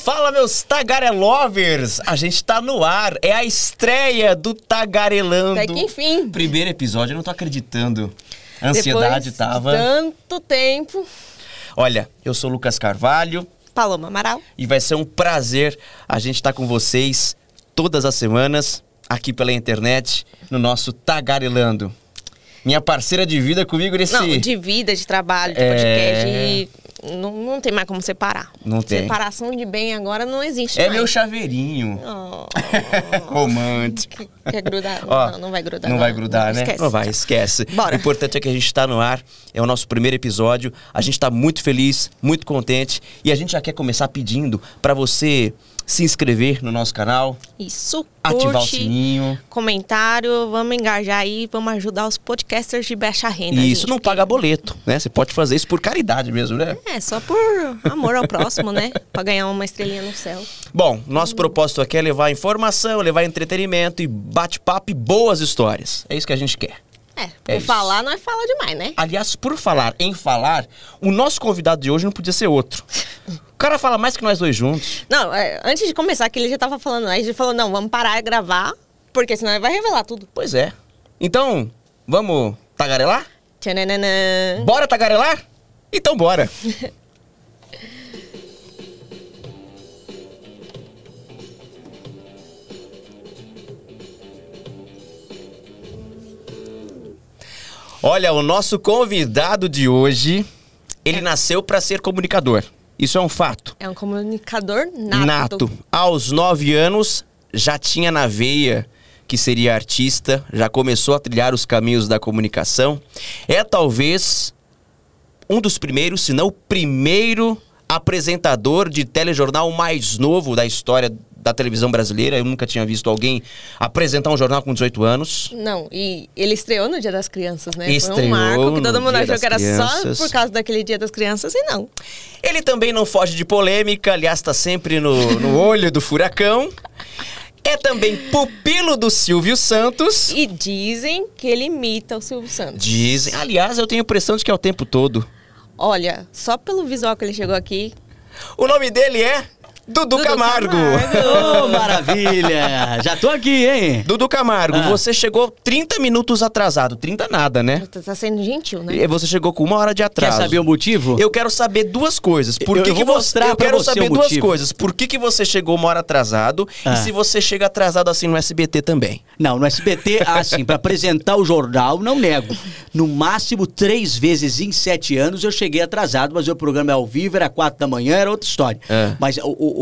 Fala, meus tagarelovers! A gente tá no ar, é a estreia do Tagarelando. Até que enfim. Primeiro episódio, eu não tô acreditando. A ansiedade Depois tava... de tanto tempo. Olha, eu sou o Lucas Carvalho. Paloma Amaral. E vai ser um prazer a gente estar com vocês todas as semanas, aqui pela internet, no nosso Tagarelando. Minha parceira de vida comigo nesse... Não, de vida, de trabalho, de podcast, não tem mais como separar. Não tem. Separação de bem agora não existe É mais. meu chaveirinho. Oh. Romântico. Quer grudar? Ó, não vai grudar. Não vai grudar, né? Esquece. Não vai, esquece. Bora. O importante é que a gente tá no ar, é o nosso primeiro episódio. A gente tá muito feliz, muito contente. E a gente já quer começar pedindo pra você se inscrever no nosso canal. Isso, ativar curte, o sininho. Comentário, vamos engajar aí, vamos ajudar os podcasters de baixa renda. E isso gente, não paga boleto, né? Você pode fazer isso por caridade mesmo, né? É, só por amor ao próximo, né? Pra ganhar uma estrelinha no céu. Bom, nosso propósito aqui é levar informação, levar entretenimento e bate-papo e boas histórias. É isso que a gente quer. Por falar, não é fala demais, né? Aliás, por falar em falar, o nosso convidado de hoje não podia ser outro. O cara fala mais que nós dois juntos. Não, antes de começar, que ele já tava falando, aí a gente falou, não, vamos parar de gravar, porque senão ele vai revelar tudo. Pois é. Então, vamos tagarelar? Tchananã. Bora tagarelar? Então bora. Olha, o nosso convidado de hoje, ele nasceu para ser comunicador. Isso é um fato. É um comunicador nato. Nato. Aos 9 anos, já tinha na veia que seria artista, já começou a trilhar os caminhos da comunicação. É talvez um dos primeiros, se não o primeiro apresentador de telejornal mais novo da história da televisão brasileira. Eu nunca tinha visto alguém apresentar um jornal com 18 anos. Não, e ele estreou no Dia das Crianças, né? Estreou Foi um marco que todo no mundo Dia achou das que era Crianças. só por causa daquele Dia das Crianças, e não. Ele também não foge de polêmica, aliás, tá sempre no olho do furacão. É também pupilo do Silvio Santos. E dizem que ele imita o Silvio Santos. Dizem. Aliás, eu tenho a impressão de que é o tempo todo. Olha, só pelo visual que ele chegou aqui... O nome dele é Dudu Camargo. Ô, maravilha! Já tô aqui, hein? Dudu Camargo, você chegou 30 minutos atrasado. 30 nada, né? Tá sendo gentil, né? E você chegou com 1 hora de atraso. Quer saber o motivo? Eu quero saber duas coisas. Por Eu que vou que você... mostrar Eu pra quero você saber o duas motivo. coisas. Por que você chegou 1 hora atrasado e se você chega atrasado assim no SBT também? Não, no SBT, assim, pra apresentar o jornal, não nego. No máximo 3 vezes em 7 anos eu cheguei atrasado, mas o programa é ao vivo, era 4 da manhã, era outra história. Mas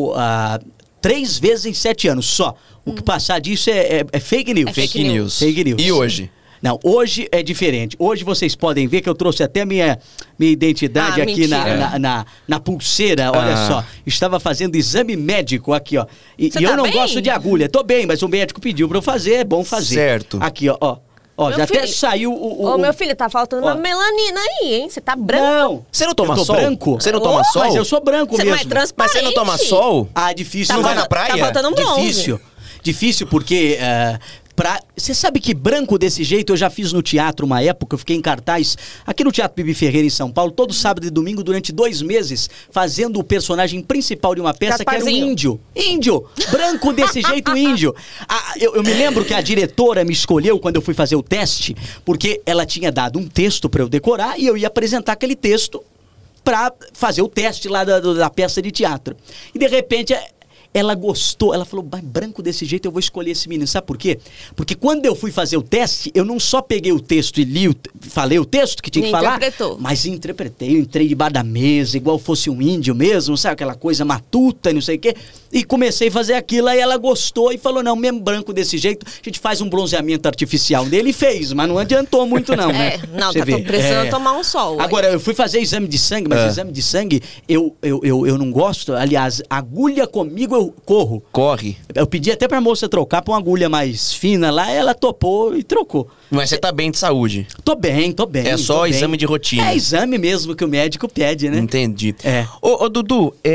3 vezes em 7 anos só. O que passar disso é fake news. É fake news. Fake news. E hoje? Não, hoje é diferente. Hoje vocês podem ver que eu trouxe até minha identidade aqui na pulseira, olha só. Estava fazendo exame médico aqui, ó. E Você eu tá não bem? gosto de agulha. Tô bem, mas o médico pediu pra eu fazer, é bom fazer. Certo. Aqui, ó. Ó, Meu já até filho- saiu Ô, meu filho, tá faltando uma melanina aí, hein? Você tá branco. Não. Você não toma Eu tô sol? branco? Você não toma Oh, sol? Mas eu sou branco Você mesmo. é transparente. Mas você não toma sol? Ah, difícil. Não vai na praia? Tá faltando um bronze. Difícil porque... Você sabe que branco desse jeito eu já fiz no teatro uma época, eu fiquei em cartaz aqui no Teatro Bibi Ferreira em São Paulo, todo sábado e domingo durante 2 meses, fazendo o personagem principal de uma peça que era um Gasparzinho. índio. Índio! Branco desse jeito, índio. Eu me lembro que a diretora me escolheu quando eu fui fazer o teste, porque ela tinha dado um texto pra eu decorar e eu ia apresentar aquele texto pra fazer o teste lá da peça de teatro. E de repente... Ela gostou, ela falou, branco desse jeito eu vou escolher esse menino. Sabe por quê? Porque quando eu fui fazer o teste, eu não só peguei o texto e falei o texto que tinha que falar, mas interpretei, eu entrei debaixo da mesa, igual fosse um índio mesmo, sabe? Aquela coisa matuta e não sei o quê. E comecei a fazer aquilo, aí ela gostou e falou, não, mesmo branco desse jeito, a gente faz um bronzeamento artificial dele e fez, mas não adiantou muito não, né? Não, Você vê. tô precisando tomar um sol. Agora, eu fui fazer exame de sangue, mas exame de sangue eu não gosto. Aliás, agulha comigo eu corro. Corre. Eu pedi até pra moça trocar pra uma agulha mais fina lá, ela topou e trocou. Mas você tá bem de saúde. Tô bem. É só tô bem. exame de rotina. É exame mesmo que o médico pede, né? Entendi. É. Ô, Dudu,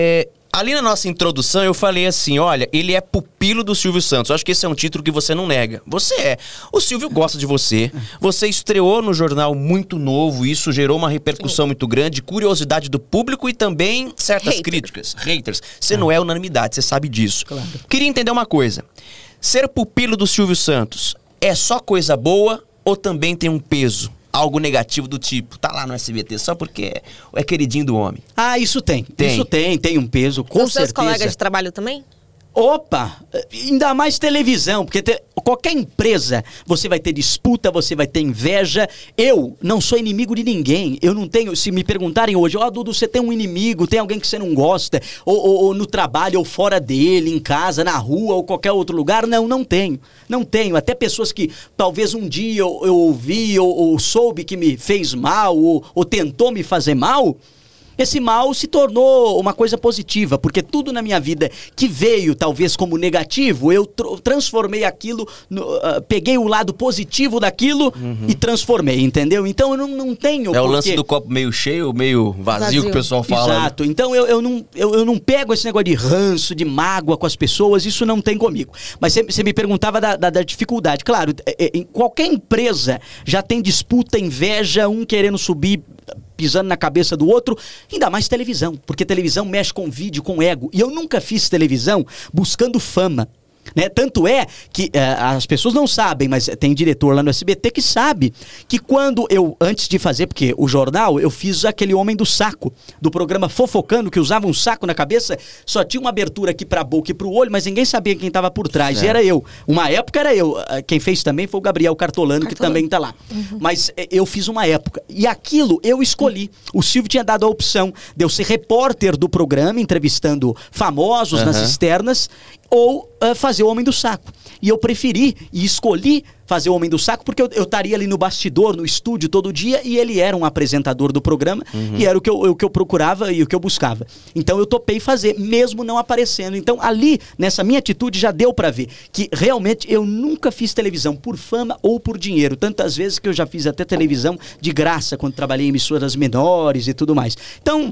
Ali na nossa introdução eu falei assim, olha, ele é pupilo do Silvio Santos. Eu acho que esse é um título que você não nega. Você é. O Silvio gosta de você. Você estreou no jornal muito novo, isso gerou uma repercussão muito grande, curiosidade do público e também certas críticas. Haters. Você não é unanimidade, você sabe disso. Claro. Queria entender uma coisa. Ser pupilo do Silvio Santos é só coisa boa ou também tem um peso? Algo negativo do tipo, tá lá no SBT só porque é queridinho do homem. Ah, isso tem. Isso tem um peso, com Os seus certeza. colegas de trabalho também? Opa! Ainda mais televisão, porque qualquer empresa você vai ter disputa, você vai ter inveja. Eu não sou inimigo de ninguém. Eu não tenho, se me perguntarem hoje, Dudu, você tem um inimigo, tem alguém que você não gosta, ou no trabalho, ou fora dele, em casa, na rua, ou qualquer outro lugar. Não tenho. Não tenho. Até pessoas que talvez um dia eu ouvi, ou soube que me fez mal, ou tentou me fazer mal. Esse mal se tornou uma coisa positiva, porque tudo na minha vida que veio talvez como negativo, eu transformei aquilo, peguei o lado positivo daquilo e transformei, entendeu? Então eu não tenho... É o lance do copo meio cheio, meio vazio que o pessoal fala. Exato. Então eu não pego esse negócio de ranço, de mágoa com as pessoas, isso não tem comigo. Mas você me perguntava da dificuldade. Claro, em qualquer empresa já tem disputa, inveja, um querendo subir, pisando na cabeça do outro, ainda mais televisão, porque televisão mexe com vídeo, com ego, e eu nunca fiz televisão buscando fama, né? Tanto é que as pessoas não sabem, mas tem diretor lá no SBT que sabe que quando eu, antes de fazer, porque o jornal, eu fiz aquele Homem do Saco, do programa Fofocando, que usava um saco na cabeça, só tinha uma abertura aqui pra boca e pro olho, mas ninguém sabia quem tava por trás, e era eu. Uma época era eu, quem fez também foi o Gabriel Cartolano, que também tá lá. Mas eu fiz uma época, e aquilo eu escolhi. O Silvio tinha dado a opção de eu ser repórter do programa, entrevistando famosos nas externas, ou fazer o Homem do Saco. E eu preferi e escolhi fazer o Homem do Saco porque eu estaria ali no bastidor, no estúdio todo dia, e ele era um apresentador do programa, e era o que eu procurava e o que eu buscava. Então eu topei fazer, mesmo não aparecendo. Então ali, nessa minha atitude, já deu pra ver que realmente eu nunca fiz televisão por fama ou por dinheiro. Tantas vezes que eu já fiz até televisão de graça, quando trabalhei em emissoras menores e tudo mais. Então,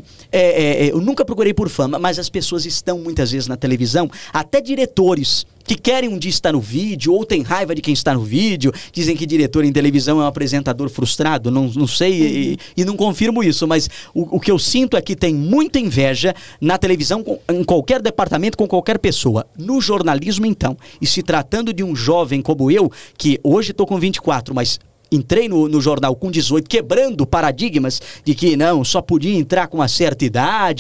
eu nunca procurei por fama, mas as pessoas estão muitas vezes na televisão, até diretores que querem um dia estar no vídeo, ou tem raiva de quem está no vídeo, dizem que diretor em televisão é um apresentador frustrado, não sei, e não confirmo isso, mas o que eu sinto é que tem muita inveja na televisão, em qualquer departamento, com qualquer pessoa. No jornalismo, então, e se tratando de um jovem como eu, que hoje estou com 24, mas... entrei no jornal com 18, quebrando paradigmas de que não, só podia entrar com uma certa idade,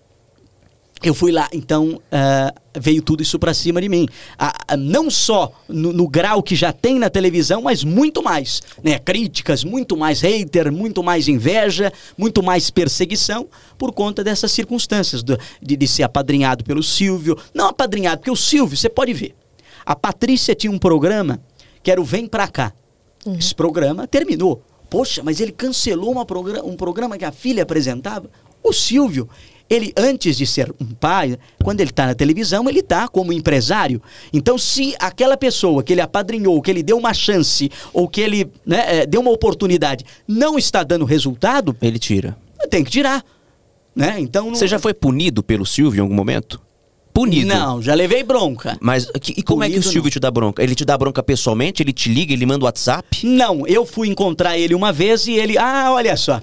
eu fui lá, então veio tudo isso pra cima de mim. Não só no grau que já tem na televisão, mas muito mais, né? Críticas, muito mais hater, muito mais inveja, muito mais perseguição, por conta dessas circunstâncias de ser apadrinhado pelo Silvio. Não apadrinhado, porque o Silvio, você pode ver, a Patrícia tinha um programa que era o Vem Pra Cá. Esse programa terminou. Poxa, mas ele cancelou um programa que a filha apresentava? O Silvio, ele, antes de ser um pai, quando ele está na televisão, ele está como empresário. Então, se aquela pessoa que ele apadrinhou, que ele deu uma chance, ou que ele deu uma oportunidade, não está dando resultado... ele tira. Tem que tirar. Né? Então, Você já foi punido pelo Silvio em algum momento? Punido? Não, já levei bronca. Mas e como é que o Silvio te dá bronca? Ele te dá bronca pessoalmente? Ele te liga? Ele manda o WhatsApp? Não, eu fui encontrar ele uma vez e ele... olha só.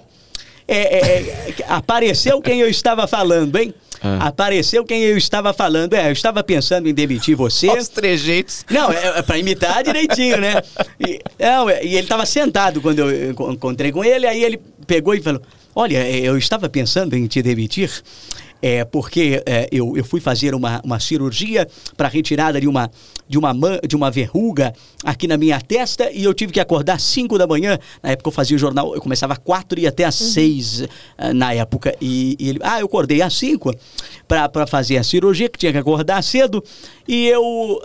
Apareceu quem eu estava falando, hein? Apareceu quem eu estava falando. Eu estava pensando em demitir você. Os trejeitos. Não, pra imitar direitinho, né? E ele estava sentado quando eu encontrei com ele, aí ele pegou e falou: olha, eu estava pensando em te demitir. Porque eu fui fazer uma cirurgia para retirada de uma verruga aqui na minha testa e eu tive que acordar às 5 da manhã. Na época eu fazia o jornal, eu começava às 4 e ia até às 6 na época. E ele, eu acordei às 5 para fazer a cirurgia, que tinha que acordar cedo. E eu...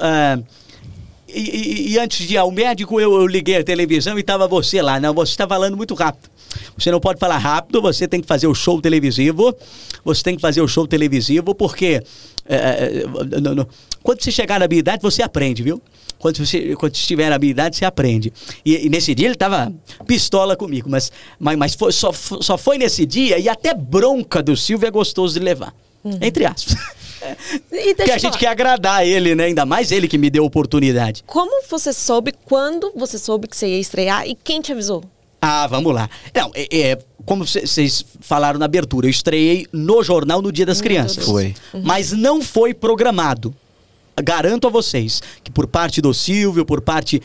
E antes de ir ao médico, eu liguei a televisão e estava você lá. Não, você está falando muito rápido. Você não pode falar rápido, você tem que fazer o show televisivo. Você tem que fazer o show televisivo porque quando você chegar na minha idade, você aprende, viu? Quando estiver na minha idade, você aprende. E nesse dia ele estava pistola comigo, mas só foi nesse dia, e até bronca do Silvio é gostoso de levar. Entre aspas. E Porque deixa a eu gente falar, quer agradar ele, né? Ainda mais ele que me deu a oportunidade. como você soube, quando você soube que você ia estrear e quem te avisou? Ah, vamos lá. Não, como vocês falaram na abertura, eu estreiei no jornal no Dia das Crianças. Foi. Mas não foi programado. Garanto a vocês que por parte do Silvio, por parte...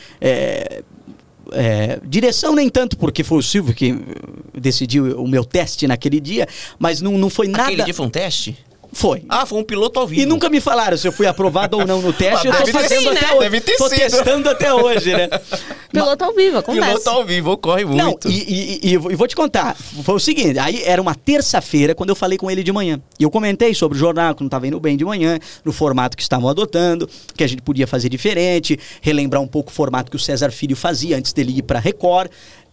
direção nem tanto, porque foi o Silvio que decidiu o meu teste naquele dia, mas não foi nada... Aquele dia foi um teste? Foi. Ah, foi um piloto ao vivo. E nunca me falaram se eu fui aprovado ou não no teste. Eu tô Deve ter fazendo sido, até né? hoje. Deve ter Tô sido. testando até hoje, né? Piloto ao vivo, acontece. Piloto ao vivo, ocorre Não, muito. e vou te contar. Foi o seguinte, aí era uma terça-feira quando eu falei com ele de manhã. E eu comentei sobre o jornal, que não estava indo bem de manhã, no formato que estavam adotando, que a gente podia fazer diferente, relembrar um pouco o formato que o César Filho fazia antes dele ir para Record,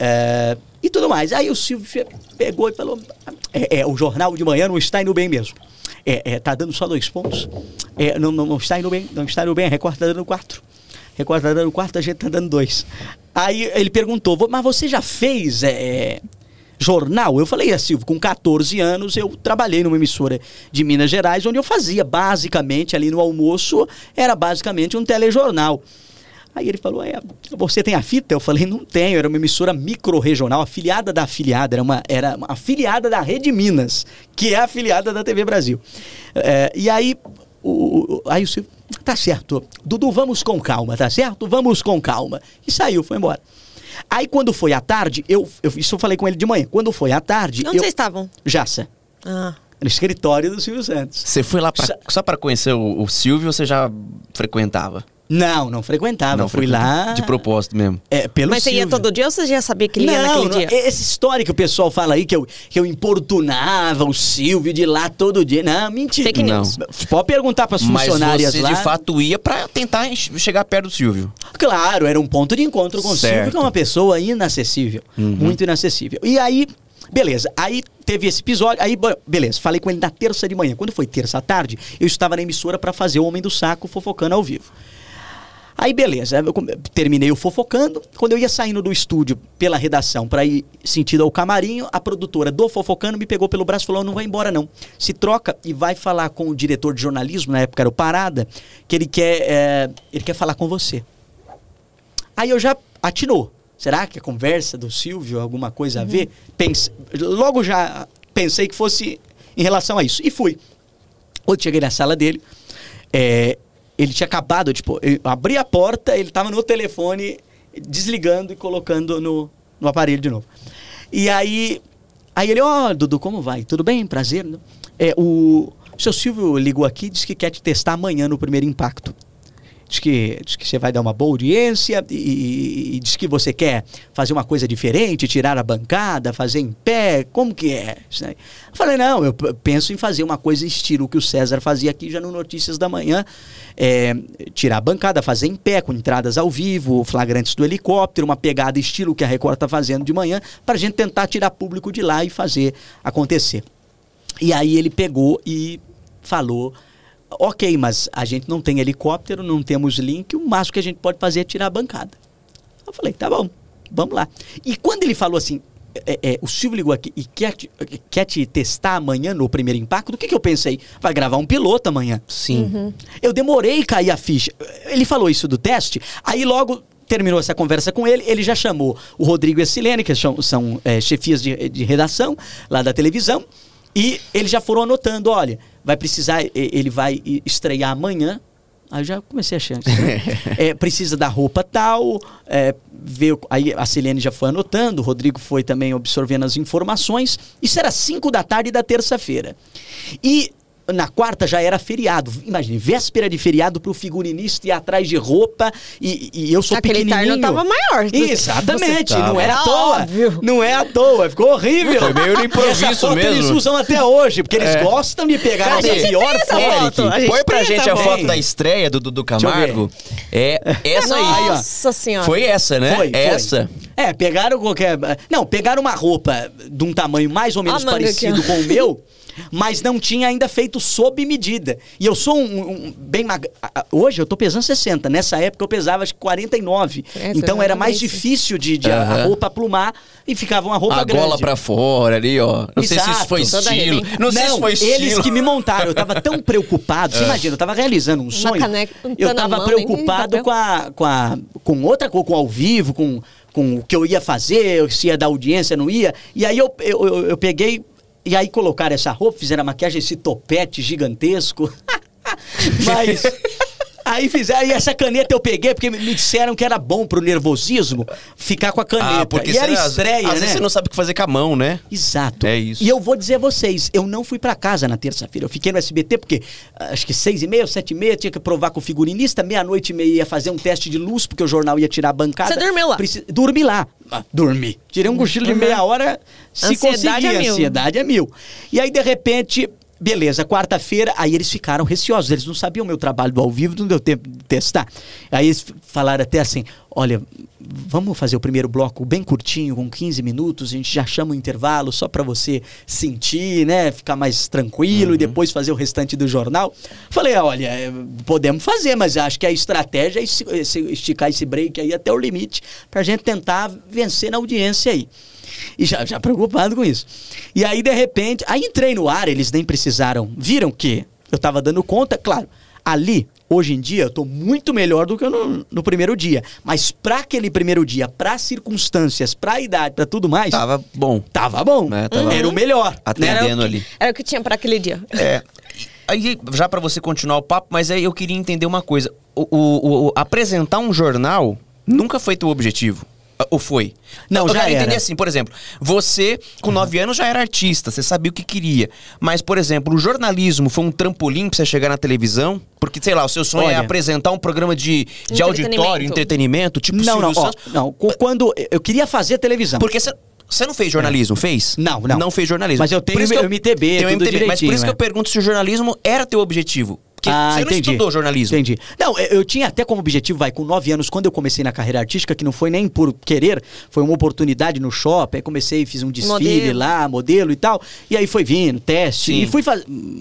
e tudo mais. Aí o Silvio pegou e falou, o jornal de manhã não está indo bem mesmo. Tá dando só 2 pontos. Não está indo bem, não está indo bem, a Record está dando 4. Record tá dando 4, a gente tá dando 2. Aí ele perguntou, mas você já fez jornal? Eu falei, Silvio, com 14 anos eu trabalhei numa emissora de Minas Gerais, onde eu fazia basicamente, ali no almoço, era basicamente um telejornal. Aí ele falou, você tem a fita? Eu falei, não tenho, era uma emissora micro-regional, afiliada da afiliada, era uma afiliada da Rede Minas, que é afiliada da TV Brasil. E aí o Silvio, tá certo, Dudu, vamos com calma, tá certo? Vamos com calma. E saiu, foi embora. Aí quando foi à tarde, isso eu falei com ele de manhã, quando foi à tarde... Onde vocês estavam? Jaça. Ah. No escritório do Silvio Santos. Você foi lá só pra conhecer o Silvio ou você já frequentava? Não frequentava. Fui lá... De propósito mesmo. Pelo Mas você ia Silvio. todo dia ou você já sabia que ele ia naquele dia? Essa história que o pessoal fala aí, que eu importunava o Silvio de ir lá todo dia. Não, mentira. Fake news. Pode perguntar pras funcionárias Mas lá. você de fato ia pra tentar chegar perto do Silvio. Claro, era um ponto de encontro com o Silvio, que é uma pessoa inacessível. Muito inacessível. E aí, beleza. Aí teve esse episódio, aí, beleza, falei com ele na terça de manhã. Quando foi terça à tarde, eu estava na emissora pra fazer o Homem do Saco fofocando ao vivo. Aí, beleza, eu terminei o Fofocando. Quando eu ia saindo do estúdio pela redação para ir sentido ao camarim, a produtora do Fofocando me pegou pelo braço e falou, não vai embora não. Se troca e vai falar com o diretor de jornalismo, na época era o Parada, que ele quer falar com você. Aí eu já atinou. Será que a conversa do Silvio, alguma coisa a ver? Logo já pensei que fosse em relação a isso. E fui. Quando cheguei na sala dele, ele tinha acabado, eu abri a porta, ele estava no telefone, desligando e colocando no aparelho de novo. E aí ele, Dudu, como vai? Tudo bem? Prazer. O seu Silvio ligou aqui e disse que quer te testar amanhã no Primeiro Impacto. Diz que você vai dar uma boa audiência e diz que você quer fazer uma coisa diferente, tirar a bancada, fazer em pé, como que é? Eu falei, não, eu penso em fazer uma coisa estilo que o César fazia aqui já no Notícias da Manhã, tirar a bancada, fazer em pé, com entradas ao vivo, flagrantes do helicóptero, uma pegada estilo que a Record está fazendo de manhã, para a gente tentar tirar público de lá e fazer acontecer. E aí ele pegou e falou... Ok, mas a gente não tem helicóptero, não temos link, o máximo que a gente pode fazer é tirar a bancada. Eu falei, tá bom, vamos lá. E quando ele falou assim, o Silvio ligou aqui e quer te testar amanhã no Primeiro Impacto, o que eu pensei? Vai gravar um piloto amanhã. Sim. Eu demorei a cair a ficha. Ele falou isso do teste, aí logo... Terminou essa conversa com ele, ele já chamou o Rodrigo e a Silene, que são chefias de redação lá da televisão, e eles já foram anotando, olha, vai precisar, ele vai estrear amanhã, aí eu já comecei a chance, né? Precisa da roupa tal, aí a Silene já foi anotando, o Rodrigo foi também absorvendo as informações, isso era 5 da tarde da terça-feira. E na quarta já era feriado. Imagine, véspera de feriado pro figurinista ir atrás de roupa e eu sou pequenininho. Aquele terno tava maior. Exatamente, não era à Era toa. óbvio. Não é à toa, ficou horrível. Foi meio no improviso Essa foto mesmo. eles usam até hoje, porque eles gostam de pegar Cadê? essa pior essa foto. foto. A gente Põe pra tem gente essa a foto. foto da estreia do Dudu Camargo. É essa aí. Nossa senhora. Foi essa, né? Foi. Essa. Pegaram qualquer... Não, pegaram uma roupa de um tamanho mais ou menos parecido com o meu, mas não tinha ainda feito sob medida. E eu sou bem hoje eu tô pesando 60. Nessa época eu pesava acho que 49. Então era mais difícil de a roupa plumar e ficava uma roupa grande. A gola pra fora ali, ó. Não sei se isso foi estilo. Não sei se foi estilo. Eles que me montaram. Eu tava tão preocupado. Você imagina, eu tava realizando um sonho. Eu tava preocupado com outra coisa, com ao vivo, com o que eu ia fazer, se ia dar audiência, não ia. E aí eu peguei... E aí colocaram essa roupa, fizeram a maquiagem, esse topete gigantesco. Mas... Aí fizeram, e essa caneta eu peguei, porque me disseram que era bom pro nervosismo ficar com a caneta. Porque e era estreia, às vezes você não sabe o que fazer com a mão, né? Exato. É isso. E eu vou dizer a vocês, eu não fui pra casa na terça-feira. Eu fiquei no SBT porque acho que 6h30 ou 7h30 tinha que provar com o figurinista. 00:30 ia fazer um teste de luz, porque o jornal ia tirar a bancada. Você dormiu lá? Dormi lá. Dormi. Tirei um cochilo de meia hora, se conseguir. Ansiedade é mil. E aí, de repente... Beleza, quarta-feira, aí eles ficaram receosos, eles não sabiam o meu trabalho do ao vivo, não deu tempo de testar. Aí eles falaram até assim, olha, vamos fazer o primeiro bloco bem curtinho, com 15 minutos, a gente já chama o intervalo só pra você sentir, né, ficar mais tranquilo e depois fazer o restante do jornal. Falei, olha, podemos fazer, mas acho que a estratégia é esticar esse break aí até o limite pra gente tentar vencer na audiência aí. E já preocupado com isso. E aí, de repente, aí entrei no ar, eles nem precisaram. Viram que eu tava dando conta, claro. Ali, hoje em dia, eu tô muito melhor do que no primeiro dia. Mas pra aquele primeiro dia, pra circunstâncias, pra idade, pra tudo mais... Tava bom. Tava bom. Era o melhor. Atendendo ali. Era o que tinha pra aquele dia. Aí, já pra você continuar o papo, mas aí eu queria entender uma coisa. Apresentar um jornal nunca foi teu objetivo. Ou foi? Não, já era. Eu entendi assim, por exemplo, você com 9 anos já era artista, você sabia o que queria. Mas, por exemplo, o jornalismo foi um trampolim pra você chegar na televisão? Porque, sei lá, o seu sonho é apresentar um programa de auditório, entretenimento, tipo Silvio Santos? Não, quando eu queria fazer televisão. Porque você não fez jornalismo, fez? Não. Não fez jornalismo. Mas eu tenho MTB, tudo direitinho. Mas por isso que eu pergunto se o jornalismo era teu objetivo. Porque você não estudou jornalismo. Entendi. Não, eu tinha até como objetivo, com 9 anos, quando eu comecei na carreira artística, que não foi nem por querer, foi uma oportunidade no shopping, aí comecei, fiz um desfile lá, modelo e tal, e aí foi vindo, teste, e fui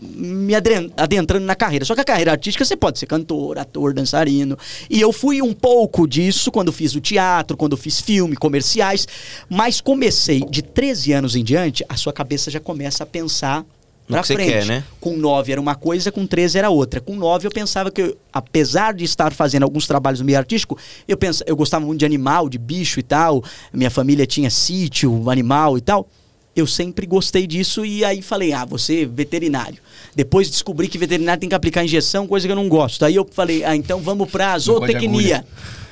me adentrando na carreira. Só que a carreira artística, você pode ser cantor, ator, dançarino, e eu fui um pouco disso quando fiz o teatro, quando fiz filme, comerciais, mas comecei de 13 anos em diante, a sua cabeça já começa a pensar pra frente. Quer, né? Com 9 era uma coisa, com 13 era outra. Com 9 eu pensava que, apesar de estar fazendo alguns trabalhos no meio artístico, eu gostava muito de animal, de bicho e tal. Minha família tinha sítio, animal e tal. Eu sempre gostei disso e aí falei, vou ser veterinário. Depois descobri que veterinário tem que aplicar injeção, coisa que eu não gosto. Aí eu falei, então vamos pra zootecnia.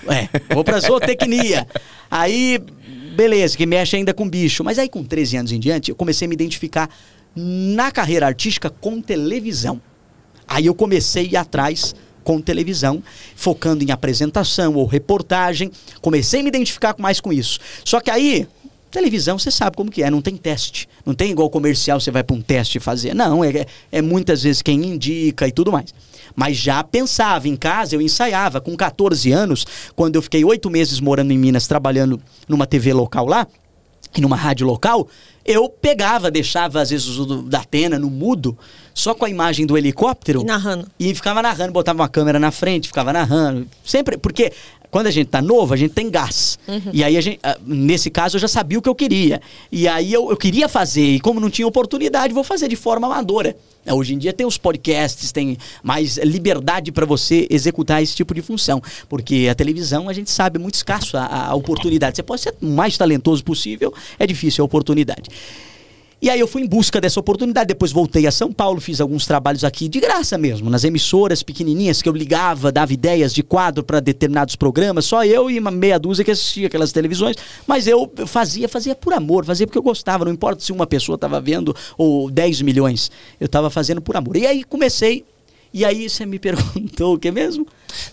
Vou pra zootecnia. Aí, beleza, que mexe ainda com bicho. Mas aí com 13 anos em diante, eu comecei a me identificar na carreira artística com televisão. Aí eu comecei a ir atrás com televisão, focando em apresentação ou reportagem. Comecei a me identificar mais com isso. Só que aí, televisão, você sabe como que é, não tem teste. Não tem igual comercial, você vai para um teste fazer. Não, é muitas vezes quem indica e tudo mais. Mas já pensava em casa, eu ensaiava. Com 14 anos, quando eu fiquei 8 meses morando em Minas, trabalhando numa TV local lá, e numa rádio local, eu pegava, deixava às vezes o da Atena no mudo, só com a imagem do helicóptero. E narrando. E ficava narrando, botava uma câmera na frente, ficava narrando. Sempre, porque quando a gente tá novo, a gente tem gás. E aí, nesse caso, eu já sabia o que eu queria. E aí eu queria fazer, e como não tinha oportunidade, vou fazer de forma amadora. Hoje em dia tem os podcasts, tem mais liberdade para você executar esse tipo de função. Porque a televisão, a gente sabe, é muito escasso a oportunidade. Você pode ser o mais talentoso possível, é difícil a oportunidade. E aí eu fui em busca dessa oportunidade, depois voltei a São Paulo, fiz alguns trabalhos aqui de graça mesmo, nas emissoras pequenininhas que eu ligava, dava ideias de quadro para determinados programas, só eu e uma meia dúzia que assistia aquelas televisões, mas eu fazia por amor, fazia porque eu gostava, não importa se uma pessoa estava vendo ou 10 milhões, eu estava fazendo por amor. E aí comecei. E aí você me perguntou o que mesmo?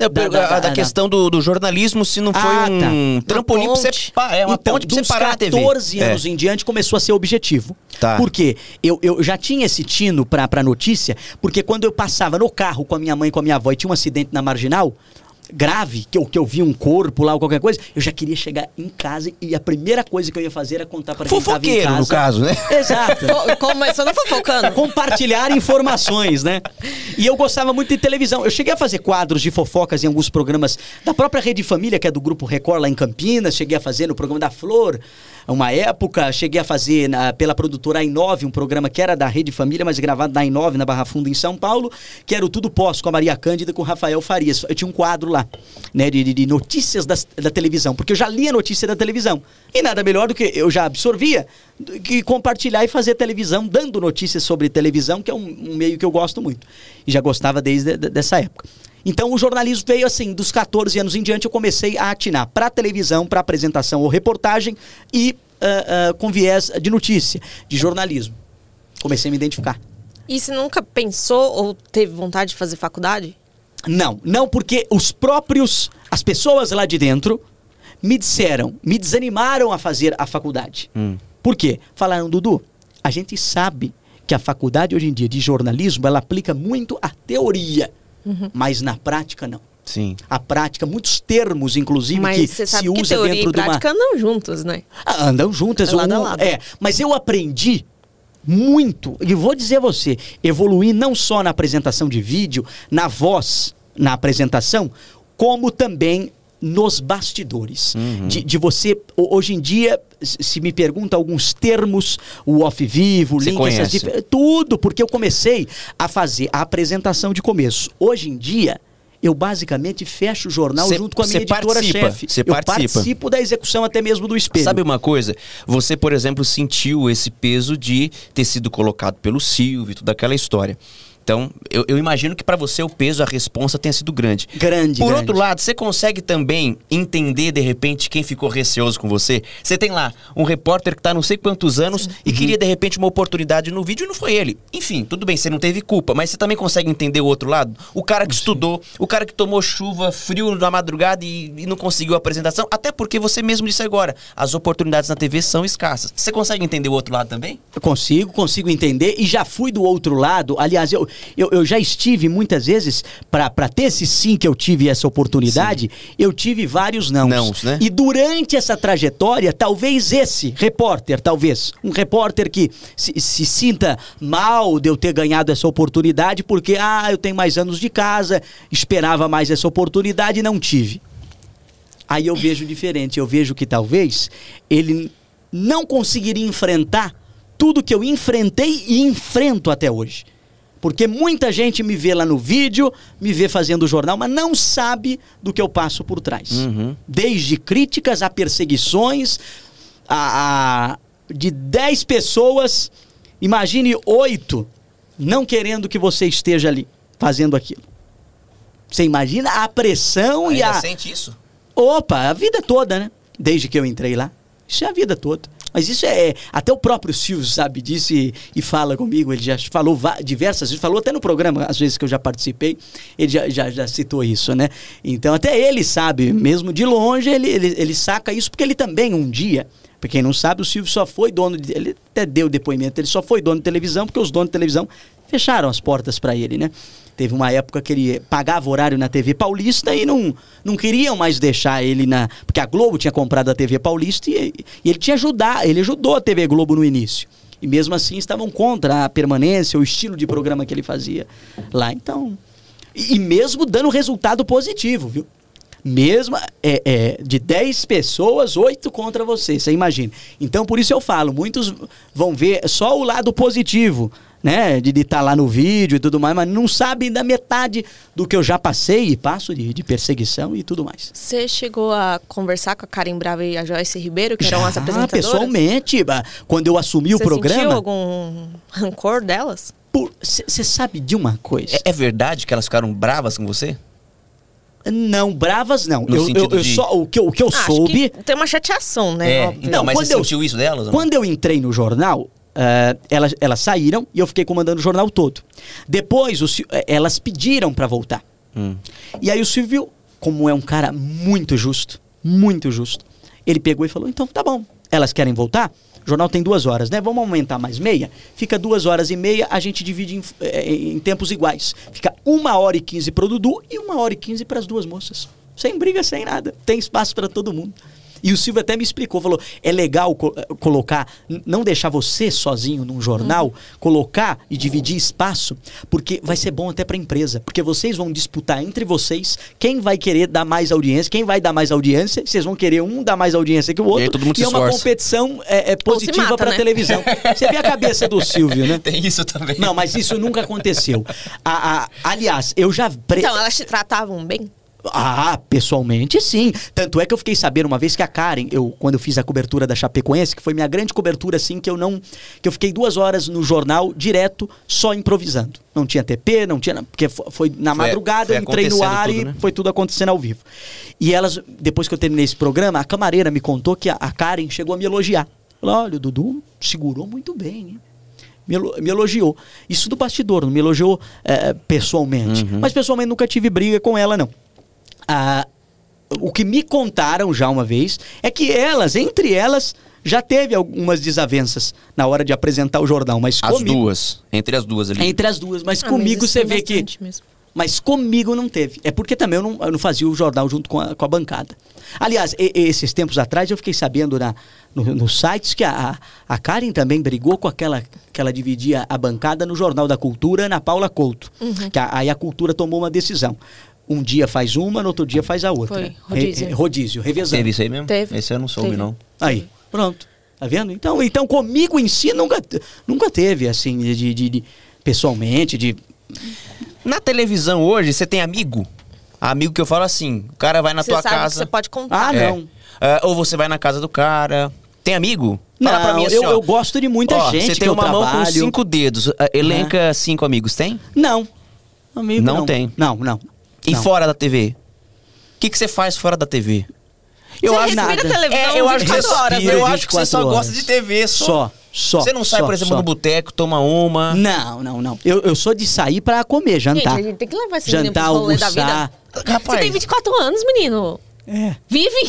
Da questão do jornalismo, se não foi um trampolim pra você... uma ponte pra você parar na TV. Dos 14 anos em diante começou a ser objetivo. Tá. Por quê? Eu já tinha esse tino pra notícia, porque quando eu passava no carro com a minha mãe e com a minha avó e tinha um acidente na Marginal, grave, que eu vi um corpo lá ou qualquer coisa, eu já queria chegar em casa e a primeira coisa que eu ia fazer era contar para quem estava em Fofoqueiro, casa. no caso, né? Exato. Começou não fofocando. Compartilhar informações, né? E eu gostava muito de televisão. Eu cheguei a fazer quadros de fofocas em alguns programas da própria Rede Família, que é do Grupo Record lá em Campinas. Cheguei a fazer no programa da Flor, uma época. Cheguei a fazer pela produtora A9, um programa que era da Rede Família, mas gravado na A9, na Barra Funda, em São Paulo, que era o Tudo Posso, com a Maria Cândida e com o Rafael Farias. Eu tinha um quadro lá, né, de notícias da televisão, porque eu já lia notícia da televisão. E nada melhor do que eu já absorvia, do que compartilhar e fazer televisão, dando notícias sobre televisão, que é um meio que eu gosto muito. E já gostava desde dessa época. Então o jornalismo veio assim, dos 14 anos em diante eu comecei a atinar para televisão, para apresentação ou reportagem e com viés de notícia, de jornalismo. Comecei a me identificar. E você nunca pensou ou teve vontade de fazer faculdade? Não, porque as pessoas lá de dentro me desanimaram a fazer a faculdade. Por quê? Falaram, Dudu, a gente sabe que a faculdade hoje em dia de jornalismo, ela aplica muito a teoria, mas na prática não. Sim. A prática, muitos termos, inclusive, mas que você sabe se que usa teoria dentro e de uma... prática andam juntos, né? Andam juntas. Lado a lado. Mas eu aprendi muito, e vou dizer a você, evoluí não só na apresentação de vídeo, na voz, na apresentação, como também nos bastidores. De você, hoje em dia, se me pergunta alguns termos, o off-vivo, o você link, conhece? tudo, porque eu comecei a fazer a apresentação de começo. Hoje em dia, eu basicamente fecho o jornal junto com a minha editora-chefe. Você Eu participo da execução até mesmo do espelho. Sabe uma coisa? Você, por exemplo, sentiu esse peso de ter sido colocado pelo Silvio e toda aquela história. Então, eu imagino que para você o peso, a responsa tenha sido grande. Por outro lado, você consegue também entender, de repente, quem ficou receoso com você? Você tem lá um repórter que tá não sei quantos anos e queria, de repente, uma oportunidade no vídeo e não foi ele. Enfim, tudo bem, você não teve culpa, mas você também consegue entender o outro lado? O cara que estudou, o cara que tomou chuva, frio na madrugada e não conseguiu a apresentação, até porque você mesmo disse agora, as oportunidades na TV são escassas. Você consegue entender o outro lado também? Eu consigo entender e já fui do outro lado. Aliás, eu já estive muitas vezes, para ter esse sim que eu tive essa oportunidade, eu tive vários nãos, né? E durante essa trajetória, talvez esse repórter, um repórter que se sinta mal de eu ter ganhado essa oportunidade, porque, eu tenho mais anos de casa, esperava mais essa oportunidade e não tive. Aí eu vejo diferente, eu vejo que talvez ele não conseguiria enfrentar tudo que eu enfrentei e enfrento até hoje. Porque muita gente me vê lá no vídeo, me vê fazendo jornal, mas não sabe do que eu passo por trás. Desde críticas a perseguições, de 10 pessoas, imagine 8 não querendo que você esteja ali fazendo aquilo. Você imagina a pressão Ainda e a... sente isso? Opa, a vida toda, né? Desde que eu entrei lá. Isso é a vida toda. Mas isso até o próprio Silvio sabe disso e fala comigo, ele já falou diversas vezes, falou até no programa, às vezes que eu já participei, ele já citou isso, né? Então até ele sabe, mesmo de longe, ele saca isso, porque ele também um dia, pra quem não sabe, o Silvio só foi dono, ele até deu depoimento, ele só foi dono de televisão, porque os donos de televisão fecharam as portas para ele, né? Teve uma época que ele pagava horário na TV Paulista e não queriam mais deixar ele porque a Globo tinha comprado a TV Paulista e ele ele ajudou a TV Globo no início. E mesmo assim estavam contra a permanência, o estilo de programa que ele fazia lá. Então, e mesmo dando resultado positivo, viu? Mesmo de 10 pessoas, 8 contra você imagina. Então, por isso eu falo, muitos vão ver só o lado positivo, né, de estar lá no vídeo e tudo mais, mas não sabem da metade do que eu já passei e passo de perseguição e tudo mais. Você chegou a conversar com a Karen Brava e a Joyce Ribeiro, que eram as apresentadoras? Pessoalmente, quando eu assumi o programa... Você sentiu algum rancor delas? Você sabe de uma coisa? É verdade que elas ficaram bravas com você? Não, bravas não. O que eu soube... Que tem uma chateação, né? Não, mas você sentiu isso delas? Quando eu entrei no jornal... elas saíram e eu fiquei comandando o jornal todo. Depois elas pediram para voltar. E aí o Silvio, como é um cara muito justo, ele pegou e falou, então tá bom, elas querem voltar? O jornal tem 2 horas, né? Vamos aumentar mais meia? Fica 2h30, a gente divide em tempos iguais. Fica 1h15 pro Dudu e 1h15 para as 2 moças. Sem briga, sem nada. Tem espaço para todo mundo. E o Silvio até me explicou, falou, é legal colocar, não deixar você sozinho num jornal, colocar e dividir espaço, porque vai ser bom até para a empresa, porque vocês vão disputar entre vocês quem vai querer dar mais audiência, quem vai dar mais audiência, vocês vão querer um dar mais audiência que o outro, e aí todo mundo se é uma esforça. Competição positiva para a né? televisão. Você vê a cabeça do Silvio, né? Tem isso também. Não, mas isso nunca aconteceu. Aliás, eu já... Então, elas te tratavam bem? Pessoalmente, sim. Tanto é que eu fiquei sabendo uma vez que a Karen, quando eu fiz a cobertura da Chapecoense, que foi minha grande cobertura, assim, que eu fiquei 2 horas no jornal, direto, só improvisando. Não tinha TP, não tinha... Porque foi na madrugada, eu entrei no ar tudo, né? Foi tudo acontecendo ao vivo. E elas, depois que eu terminei esse programa, a camareira me contou que a Karen chegou a me elogiar. Falou, olha, o Dudu segurou muito bem, hein? Me elogiou. Isso do bastidor, não me elogiou pessoalmente. Mas pessoalmente nunca tive briga com ela, não. O que me contaram já uma vez é que entre elas, já teve algumas desavenças na hora de apresentar o jornal, mas Entre as duas ali. Entre as duas, mas comigo você vê que... Mesmo. Mas comigo não teve. É porque também eu não fazia o jornal junto com a bancada. Aliás, esses tempos atrás eu fiquei sabendo nos sites que a Karen também brigou com aquela que ela dividia a bancada no Jornal da Cultura, Ana Paula Couto. Que aí a Cultura tomou uma decisão. Um dia faz uma, no outro dia faz a outra. Foi, rodízio. Rodízio, revezando. Teve isso aí mesmo? Teve. Esse eu não soube, não. Aí, pronto. Tá vendo? Então comigo em si nunca teve, assim, pessoalmente, Na televisão hoje, você tem amigo? Amigo que eu falo assim, o cara vai na tua sabe casa... Que você pode contar. não. Ou você vai na casa do cara... Tem amigo? Fala Não, pra mim assim, eu gosto de muita gente você tem uma mão com 5 dedos, elenca 5 amigos, tem? Não. Amigo, Não tem? Não. E fora da TV? O que você faz fora da TV? Você acho respira nada. televisão Eu acho que 24 horas, né? eu acho que você só 24 gosta de TV, Só. Você não sai, por exemplo, no boteco, toma uma... Não. Eu sou de sair pra comer, Gente, jantar. a gente tem que levar esse menino Jantar, pro rolê da almoçar. vida. Rapaz, Você tem 24 anos, menino. Vive.